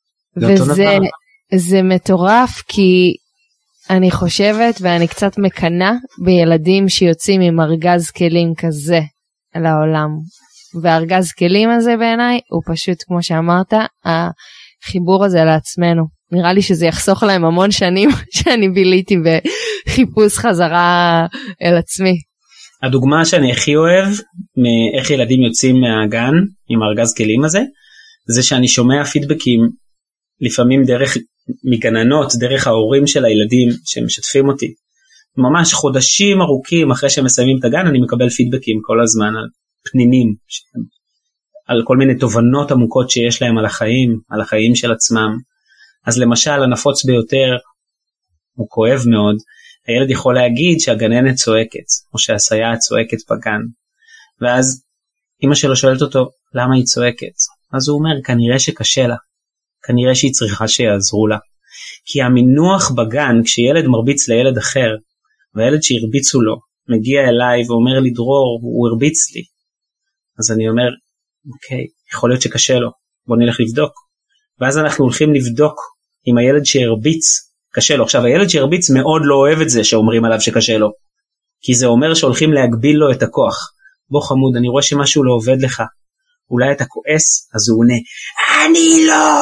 וזה מטורף, כי אני חושבת ואני קצת מקנה בילדים שיוצאים עם ארגז כלים כזה לעולם. והארגז כלים הזה בעיניי הוא פשוט, כמו שאמרת, החיבור הזה לעצמנו. נראה לי שזה יחסוך להם המון שנים שאני ביליתי בחיפוש חזרה אל עצמי. הדוגמה שאני הכי אוהב מאיך ילדים יוצאים מהגן עם הארגז כלים הזה, זה שאני שומע פידבקים לפעמים דרך מגננות, דרך ההורים של הילדים שמשתפים אותי. ממש חודשים ארוכים אחרי שהם מסיימים את הגן, אני מקבל פידבקים כל הזמן על פנינים, על כל מיני תובנות עמוקות שיש להם על החיים, על החיים של עצמם. אז למשל, הנפוץ ביותר, הוא כואב מאוד, הילד יכול להגיד שהגננת צועקת, או שהסייעת צועקת בגן. ואז אמא שלו שואלת אותו, למה היא צועקת? אז הוא אומר, כנראה שקשה לה, כנראה שהיא צריכה שיעזרו לה. כי המינוח בגן, כשילד מרביץ לילד אחר, והילד שהרביצו לו, מגיע אליי ואומר לי, דרור, הוא הרביץ לי. אז אני אומר, אוקיי, יכול להיות שקשה לו, בוא נלך לבדוק. ואז אנחנו הולכים לבדוק עם הילד שהרביץ, קשה לו. עכשיו הילד שהרביץ מאוד לא אוהב את זה שאומרים עליו שקשה לו, כי זה אומר שהולכים להגביל לו את הכוח. בוא חמוד, אני רואה שמשהו לא עובד לך, אולי אתה כועס? אז הוא עונה, אני לא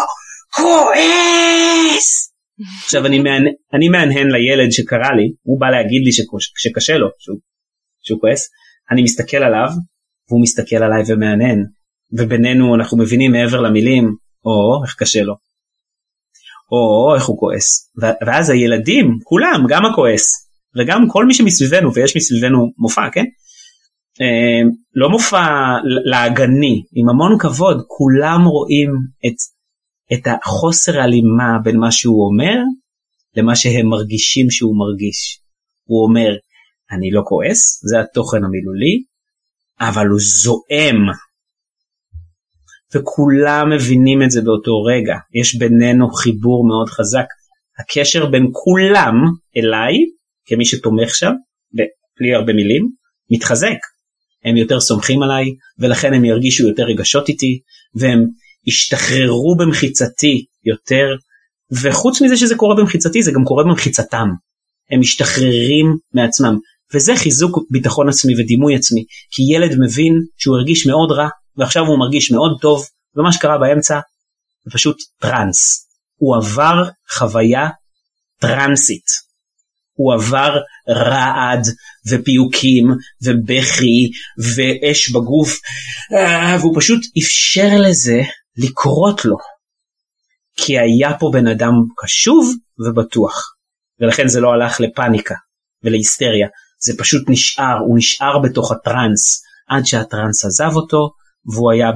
כועס. עכשיו אני, מענה, אני מענהן לילד שקרא לי, הוא בא להגיד לי שקשה לו, שהוא, שהוא כועס, אני מסתכל עליו, והוא מסתכל עליי ומענהן, ובינינו אנחנו מבינים מעבר למילים, או איך קשה לו, או איך הוא כועס, ואז הילדים, כולם, גם הכועס, וגם כל מי שמסביבנו, ויש מסביבנו מופע, כן? לא מופע להגני, עם המון כבוד, כולם רואים את, את החוסר הלימה בין מה שהוא אומר, למה שהם מרגישים שהוא מרגיש. הוא אומר, אני לא כועס, זה התוכן המילולי, אבל הוא זועם, וכולם מבינים את זה באותו רגע. יש בינינו חיבור מאוד חזק, הקשר בין כולם אליי, כמי שתומך שם, בלי הרבה מילים, מתחזק. הם יותר סומכים עליי, ולכן הם ירגישו יותר רגשות איתי, והם ישתחררו במחיצתי יותר, וחוץ מזה שזה קורה במחיצתי, זה גם קורה במחיצתם. הם משתחררים מעצמם, וזה חיזוק ביטחון עצמי ודימוי עצמי, כי ילד מבין שהוא הרגיש מאוד רע, ועכשיו הוא מרגיש מאוד טוב, ומה שקרה באמצע, זה פשוט טרנס. הוא עבר חוויה טרנסית. הוא עבר רעד ופיוקים ובכי ואש בגוף, והוא פשוט אפשר לזה לקרות לו, כי היה פה בן אדם קשוב ובטוח, ולכן זה לא הלך לפניקה ולהיסטריה, זה פשוט נשאר, הוא נשאר בתוך הטרנס, עד שהטרנס עזב אותו, והוא היה ב...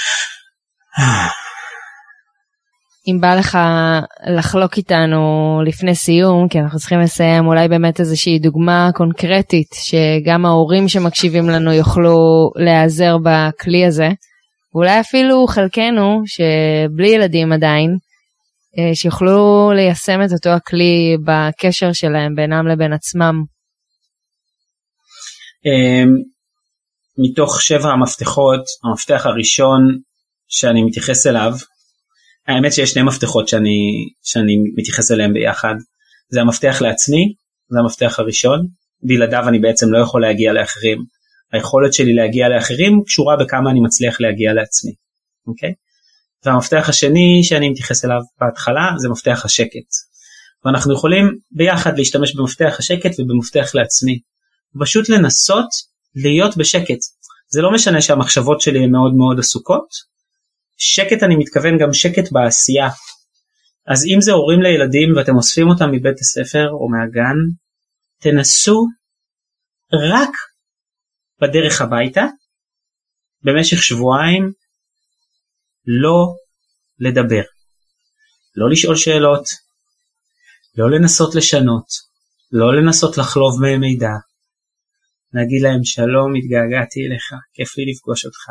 אם בא לך לחלוק איתנו לפני סיום, כי אנחנו צריכים לסיים, אולי באמת איזושהי דוגמה קונקרטית, שגם ההורים שמקשיבים לנו יוכלו להיעזר בכלי הזה, ואולי אפילו חלקנו, שבלי ילדים עדיין, שיוכלו ליישם את אותו הכלי בקשר שלהם, בינם לבין עצמם. מתוך שבע המפתחות, המפתח הראשון שאני מתייחס אליו, האמת שיש שני מפתחות שאני, שאני מתייחס אליהם ביחד. זה המפתח לעצמי, זה המפתח הראשון, בלעדיו אני בעצם לא יכול להגיע לאחרים. היכולת שלי להגיע לאחרים קשורה בכמה אני מצליח להגיע לעצמי. אוקיי? והמפתח השני שאני מתייחס אליו בהתחלה, זה מפתח השקט. ואנחנו יכולים ביחד להשתמש במפתח השקט ובמפתח לעצמי. פשוט לנסות להיות בשקט. זה לא משנה שהמחשבות שלי הן מאוד מאוד עסוקות, שקט אני מתכוון גם שקט בעשייה. אז אם זה הורים לילדים ואתם אוספים אותם מבית הספר או מהגן, תנסו רק בדרך הביתה, במשך שבועיים, לא לדבר. לא לשאול שאלות, לא לנסות לשנות, לא לנסות לחלוב מהם מידע. להגיד להם שלום, התגעגעתי אליך, כיף לי לפגוש אותך.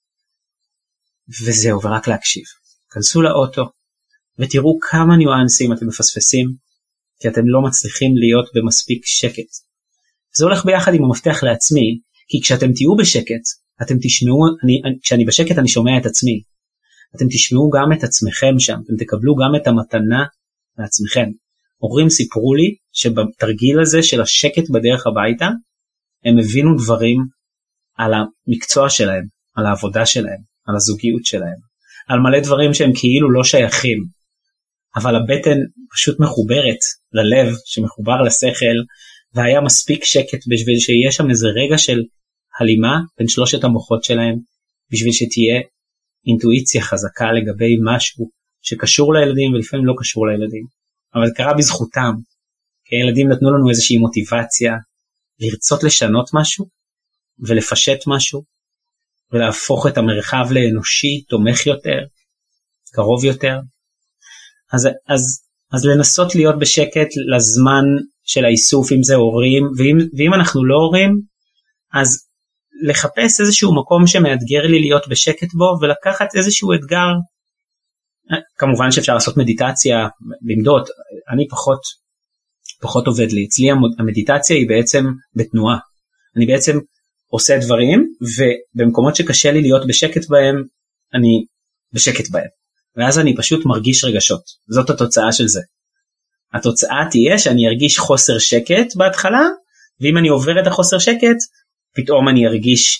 וזהו, ורק להקשיב. כנסו לאוטו, ותראו כמה ניואנסים אתם מפספסים, כי אתם לא מצליחים להיות במספיק שקט. זה הולך ביחד עם המפתח לעצמי, כי כשאתם תהיו בשקט, אתם תשמעו, אני, כשאני בשקט אני שומע את עצמי, אתם תשמעו גם את עצמכם שם, אתם תקבלו גם את המתנה לעצמכם. הורים סיפרו לי, שבתרגיל הזה של השקט בדרך הביתה, הם הבינו דברים על המקצוע שלהם, על העבודה שלהם, על הזוגיות שלהם, על מלא דברים שהם כאילו לא שייכים, אבל הבטן פשוט מחוברת ללב שמחובר לשכל, והיה מספיק שקט בשביל שיהיה שם איזה רגע של הלימה בין שלושת המוחות שלהם, בשביל שתהיה אינטואיציה חזקה לגבי משהו שקשור לילדים ולפעמים לא קשור לילדים, אבל זה קרה בזכותם, כי הילדים נתנו לנו איזושהי מוטיבציה לרצות לשנות משהו ולפשט משהו, ולהפוך את המרחב לאנושי, תומך יותר, קרוב יותר. אז, אז, אז לנסות להיות בשקט לזמן של האיסוף, אם זה הורים, ואם, ואם אנחנו לא הורים, אז לחפש איזשהו מקום שמאתגר לי להיות בשקט בו, ולקחת איזשהו אתגר. כמובן שאפשר לעשות מדיטציה, למדות, אני פחות, פחות עובד לי. אצלי המדיטציה היא בעצם בתנועה. אני בעצם עושה דברים, ובמקומות שקשה לי להיות בשקט בהם, אני בשקט בהם. ואז אני פשוט מרגיש רגשות. זאת התוצאה של זה. התוצאה תהיה שאני ארגיש חוסר שקט בהתחלה, ואם אני עובר את החוסר שקט, פתאום אני ארגיש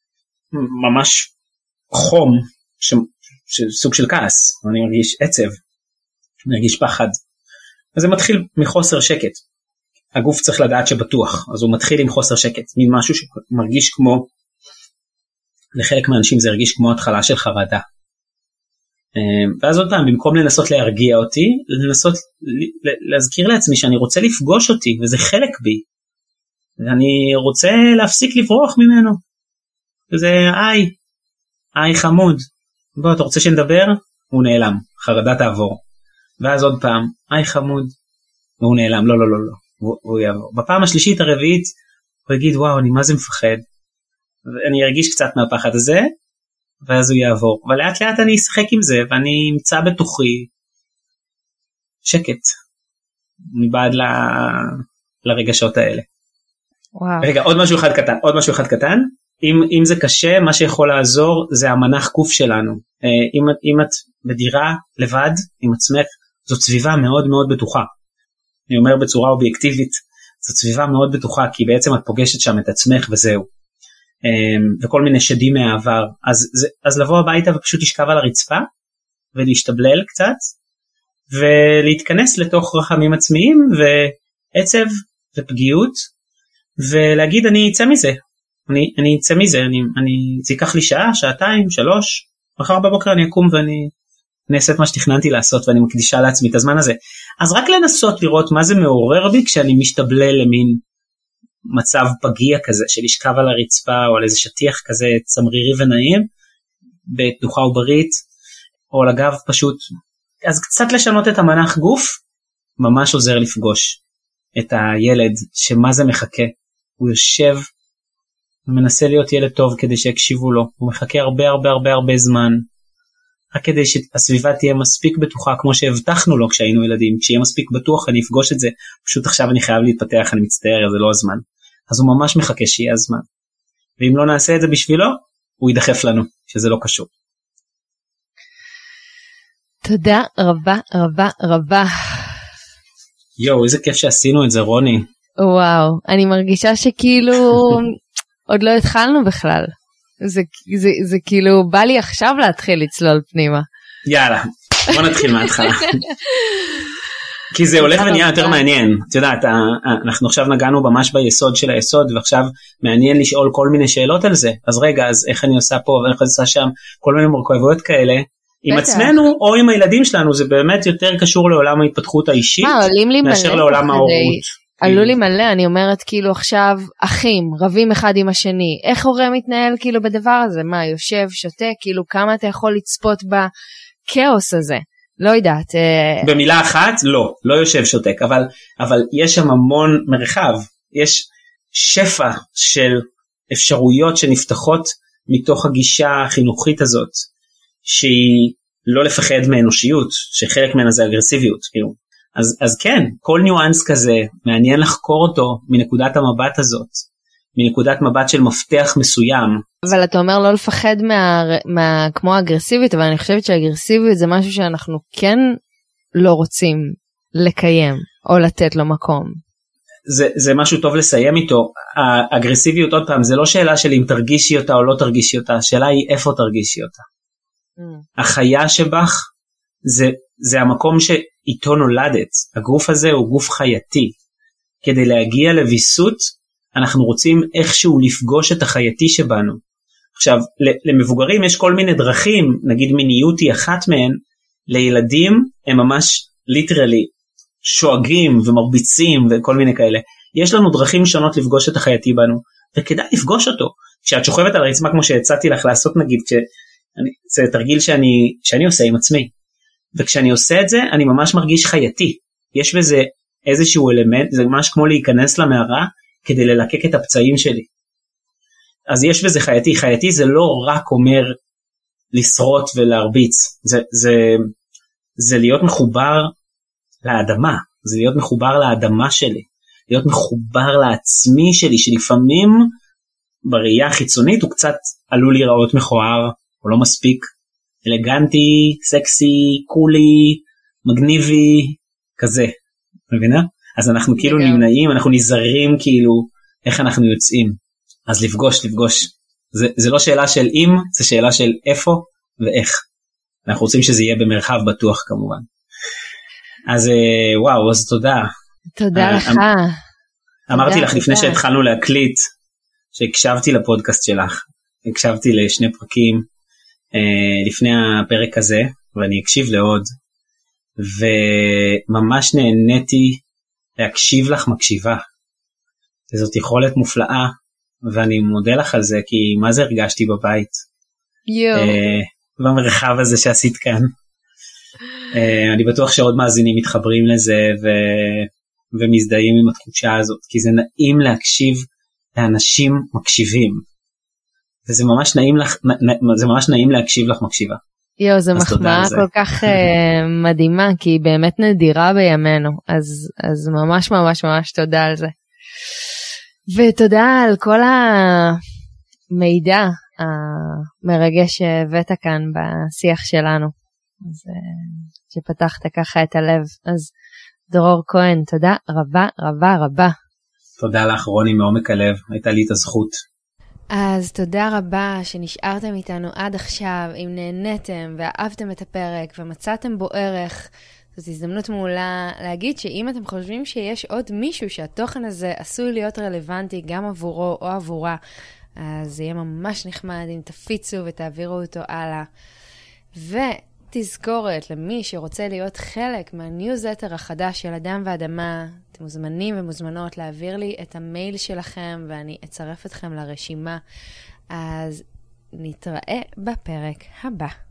ממש חום, ש... סוג של כעס, אני ארגיש עצב, אני ארגיש פחד. אז זה מתחיל מחוסר שקט. הגוף צריך לדעת שבטוח, אז הוא מתחיל עם חוסר שקט, ממשהו שמרגיש כמו, לחלק מהאנשים זה הרגיש כמו התחלה של חרדה. ואז עוד פעם, במקום לנסות להרגיע אותי, לנסות להזכיר לעצמי שאני רוצה לפגוש אותי, וזה חלק בי. ואני רוצה להפסיק לברוח ממנו. וזה, איי, איי חמוד, בוא, אתה רוצה שנדבר? הוא נעלם, חרדה תעבור. ואז עוד פעם, איי חמוד, והוא נעלם, לא, לא, לא, לא, הוא, הוא יעבור. בפעם השלישית הרביעית, הוא יגיד, וואו, אני מה זה מפחד. ואני ארגיש קצת מהפחד הזה, ואז הוא יעבור. אבל לאט לאט אני אשחק עם זה, ואני אמצא בתוכי שקט, מבעד ל... לרגשות האלה. וואו. רגע, עוד משהו אחד קטן, עוד משהו אחד קטן. אם, אם זה קשה, מה שיכול לעזור זה המנח גוף שלנו. אם, אם את בדירה לבד עם עצמך, זאת סביבה מאוד מאוד בטוחה. אני אומר בצורה אובייקטיבית, זאת סביבה מאוד בטוחה, כי בעצם את פוגשת שם את עצמך וזהו. וכל מיני שדים מהעבר. אז, זה, אז לבוא הביתה ופשוט לשכב על הרצפה, ולהשתבלל קצת, ולהתכנס לתוך רחמים עצמיים, ועצב ופגיעות, ולהגיד אני אצא מזה. אני, אני אצא מזה, אני, אני, זה ייקח לי שעה, שעתיים, שלוש, מחר בבוקר אני אקום ואני נעשה את מה שתכננתי לעשות, ואני מקדישה לעצמי את הזמן הזה. אז רק לנסות לראות מה זה מעורר בי, כשאני משתבלל למין מצב פגיע כזה, של לשכב על הרצפה, או על איזה שטיח כזה צמרירי ונעים, בתנוחה וברית, או על הגב פשוט. אז קצת לשנות את המנח גוף, ממש עוזר לפגוש את הילד, שמה זה מחכה. הוא יושב, ומנסה להיות ילד טוב כדי שיקשיבו לו, הוא מחכה הרבה הרבה הרבה הרבה זמן, רק כדי שהסביבה תהיה מספיק בטוחה, כמו שהבטחנו לו כשהיינו ילדים, כשיהיה מספיק בטוח אני אפגוש את זה, פשוט עכשיו אני חייב להתפתח, אני מצטער, זה לא הזמן. אז הוא ממש מחכה שיהיה הזמן. ואם לא נעשה את זה בשבילו, הוא ידחף לנו, שזה לא קשור. תודה רבה רבה רבה. יואו, איזה כיף שעשינו את זה, רוני. וואו, אני מרגישה שכאילו עוד לא התחלנו בכלל. זה, זה, זה כאילו בא לי עכשיו להתחיל לצלול פנימה. יאללה, בוא נתחיל מההתחלה. כי זה הולך ונהיה יותר מעניין. את יודעת, אנחנו עכשיו נגענו ממש ביסוד של היסוד, ועכשיו מעניין לשאול כל מיני שאלות על זה. אז רגע, אז איך אני עושה פה ואיך אני עושה שם, כל מיני מורכבויות כאלה. עם עצמנו או עם הילדים שלנו, זה באמת יותר קשור לעולם ההתפתחות האישית, מאשר לעולם ההורות. עלו לי מלא, אני אומרת כאילו עכשיו אחים, רבים אחד עם השני, איך הורה מתנהל כאילו בדבר הזה, מה יושב, שותה, כאילו כמה אתה יכול לצפות בקאוס הזה, לא יודעת. במילה אחת, לא, לא יושב שותק, אבל, אבל יש שם המון מרחב, יש שפע של אפשרויות שנפתחות מתוך הגישה החינוכית הזאת, שהיא לא לפחד מאנושיות, שחלק ממנה זה אגרסיביות, כאילו. אז, אז כן, כל ניואנס כזה, מעניין לחקור אותו מנקודת המבט הזאת, מנקודת מבט של מפתח מסוים. אבל אתה אומר לא לפחד מה, מה, כמו האגרסיביות, אבל אני חושבת שהאגרסיביות זה משהו שאנחנו כן לא רוצים לקיים, או לתת לו מקום. זה, זה משהו טוב לסיים איתו. האגרסיביות, עוד פעם, זה לא שאלה של אם תרגישי אותה או לא תרגישי אותה, השאלה היא איפה תרגישי אותה. Mm. החיה שבך, זה, זה המקום שאיתו נולדת. הגוף הזה הוא גוף חייתי. כדי להגיע לביסות, אנחנו רוצים איכשהו לפגוש את החייתי שבנו. עכשיו, למבוגרים יש כל מיני דרכים, נגיד מיניות היא אחת מהן, לילדים הם ממש ליטרלי שואגים ומרביצים וכל מיני כאלה. יש לנו דרכים שונות לפגוש את החייתי בנו, וכדאי לפגוש אותו. כשאת שוכבת על הרצפה כמו שהצעתי לך לעשות נגיד, כשאני, זה תרגיל שאני, שאני עושה עם עצמי. וכשאני עושה את זה, אני ממש מרגיש חייתי. יש בזה איזשהו אלמנט, זה ממש כמו להיכנס למערה, כדי ללקק את הפצעים שלי. אז יש בזה חייתי. חייתי זה לא רק אומר לשרוט ולהרביץ. זה, זה, זה להיות מחובר לאדמה. זה להיות מחובר לאדמה שלי. להיות מחובר לעצמי שלי, שלפעמים בראייה החיצונית הוא קצת עלול להיראות מכוער, או לא מספיק אלגנטי, סקסי, קולי, מגניבי, כזה, מבינה? אז אנחנו כאילו נמנעים, אנחנו נזהרים כאילו איך אנחנו יוצאים. אז לפגוש, לפגוש. זה, זה לא שאלה של אם, זה שאלה של איפה ואיך. אנחנו רוצים שזה יהיה במרחב בטוח כמובן. אז וואו, אז תודה. תודה לך. אמרתי לך לפני שהתחלנו להקליט, שהקשבתי לפודקאסט שלך, הקשבתי לשני פרקים לפני הפרק הזה, ואני אקשיב לעוד, וממש נהניתי להקשיב לך מקשיבה. זאת יכולת מופלאה, ואני מודה לך על זה, כי מה זה הרגשתי בבית? יו. במרחב הזה שעשית כאן. אני בטוח שעוד מאזינים מתחברים לזה, ו... ומזדהים עם התחושה הזאת, כי זה נעים להקשיב לאנשים מקשיבים. וזה ממש נעים לך, זה ממש נעים להקשיב לך מקשיבה. יו, זו מחמאה כל כך מדהימה, כי היא באמת נדירה בימינו, אז, אז ממש ממש ממש תודה על זה. ותודה על כל המידע המרגש שהבאת כאן בשיח שלנו, אז שפתחת ככה את הלב. אז דרור כהן, תודה רבה רבה רבה. תודה לך רוני מעומק הלב, הייתה לי את הזכות. אז תודה רבה שנשארתם איתנו עד עכשיו, אם נהניתם ואהבתם את הפרק ומצאתם בו ערך, זאת הזדמנות מעולה להגיד שאם אתם חושבים שיש עוד מישהו שהתוכן הזה עשוי להיות רלוונטי גם עבורו או עבורה, אז זה יהיה ממש נחמד אם תפיצו ותעבירו אותו הלאה. ותזכורת למי שרוצה להיות חלק מהניוזלטר החדש של אדם ואדמה, אתם מוזמנים ומוזמנות להעביר לי את המייל שלכם ואני אצרף אתכם לרשימה. אז נתראה בפרק הבא.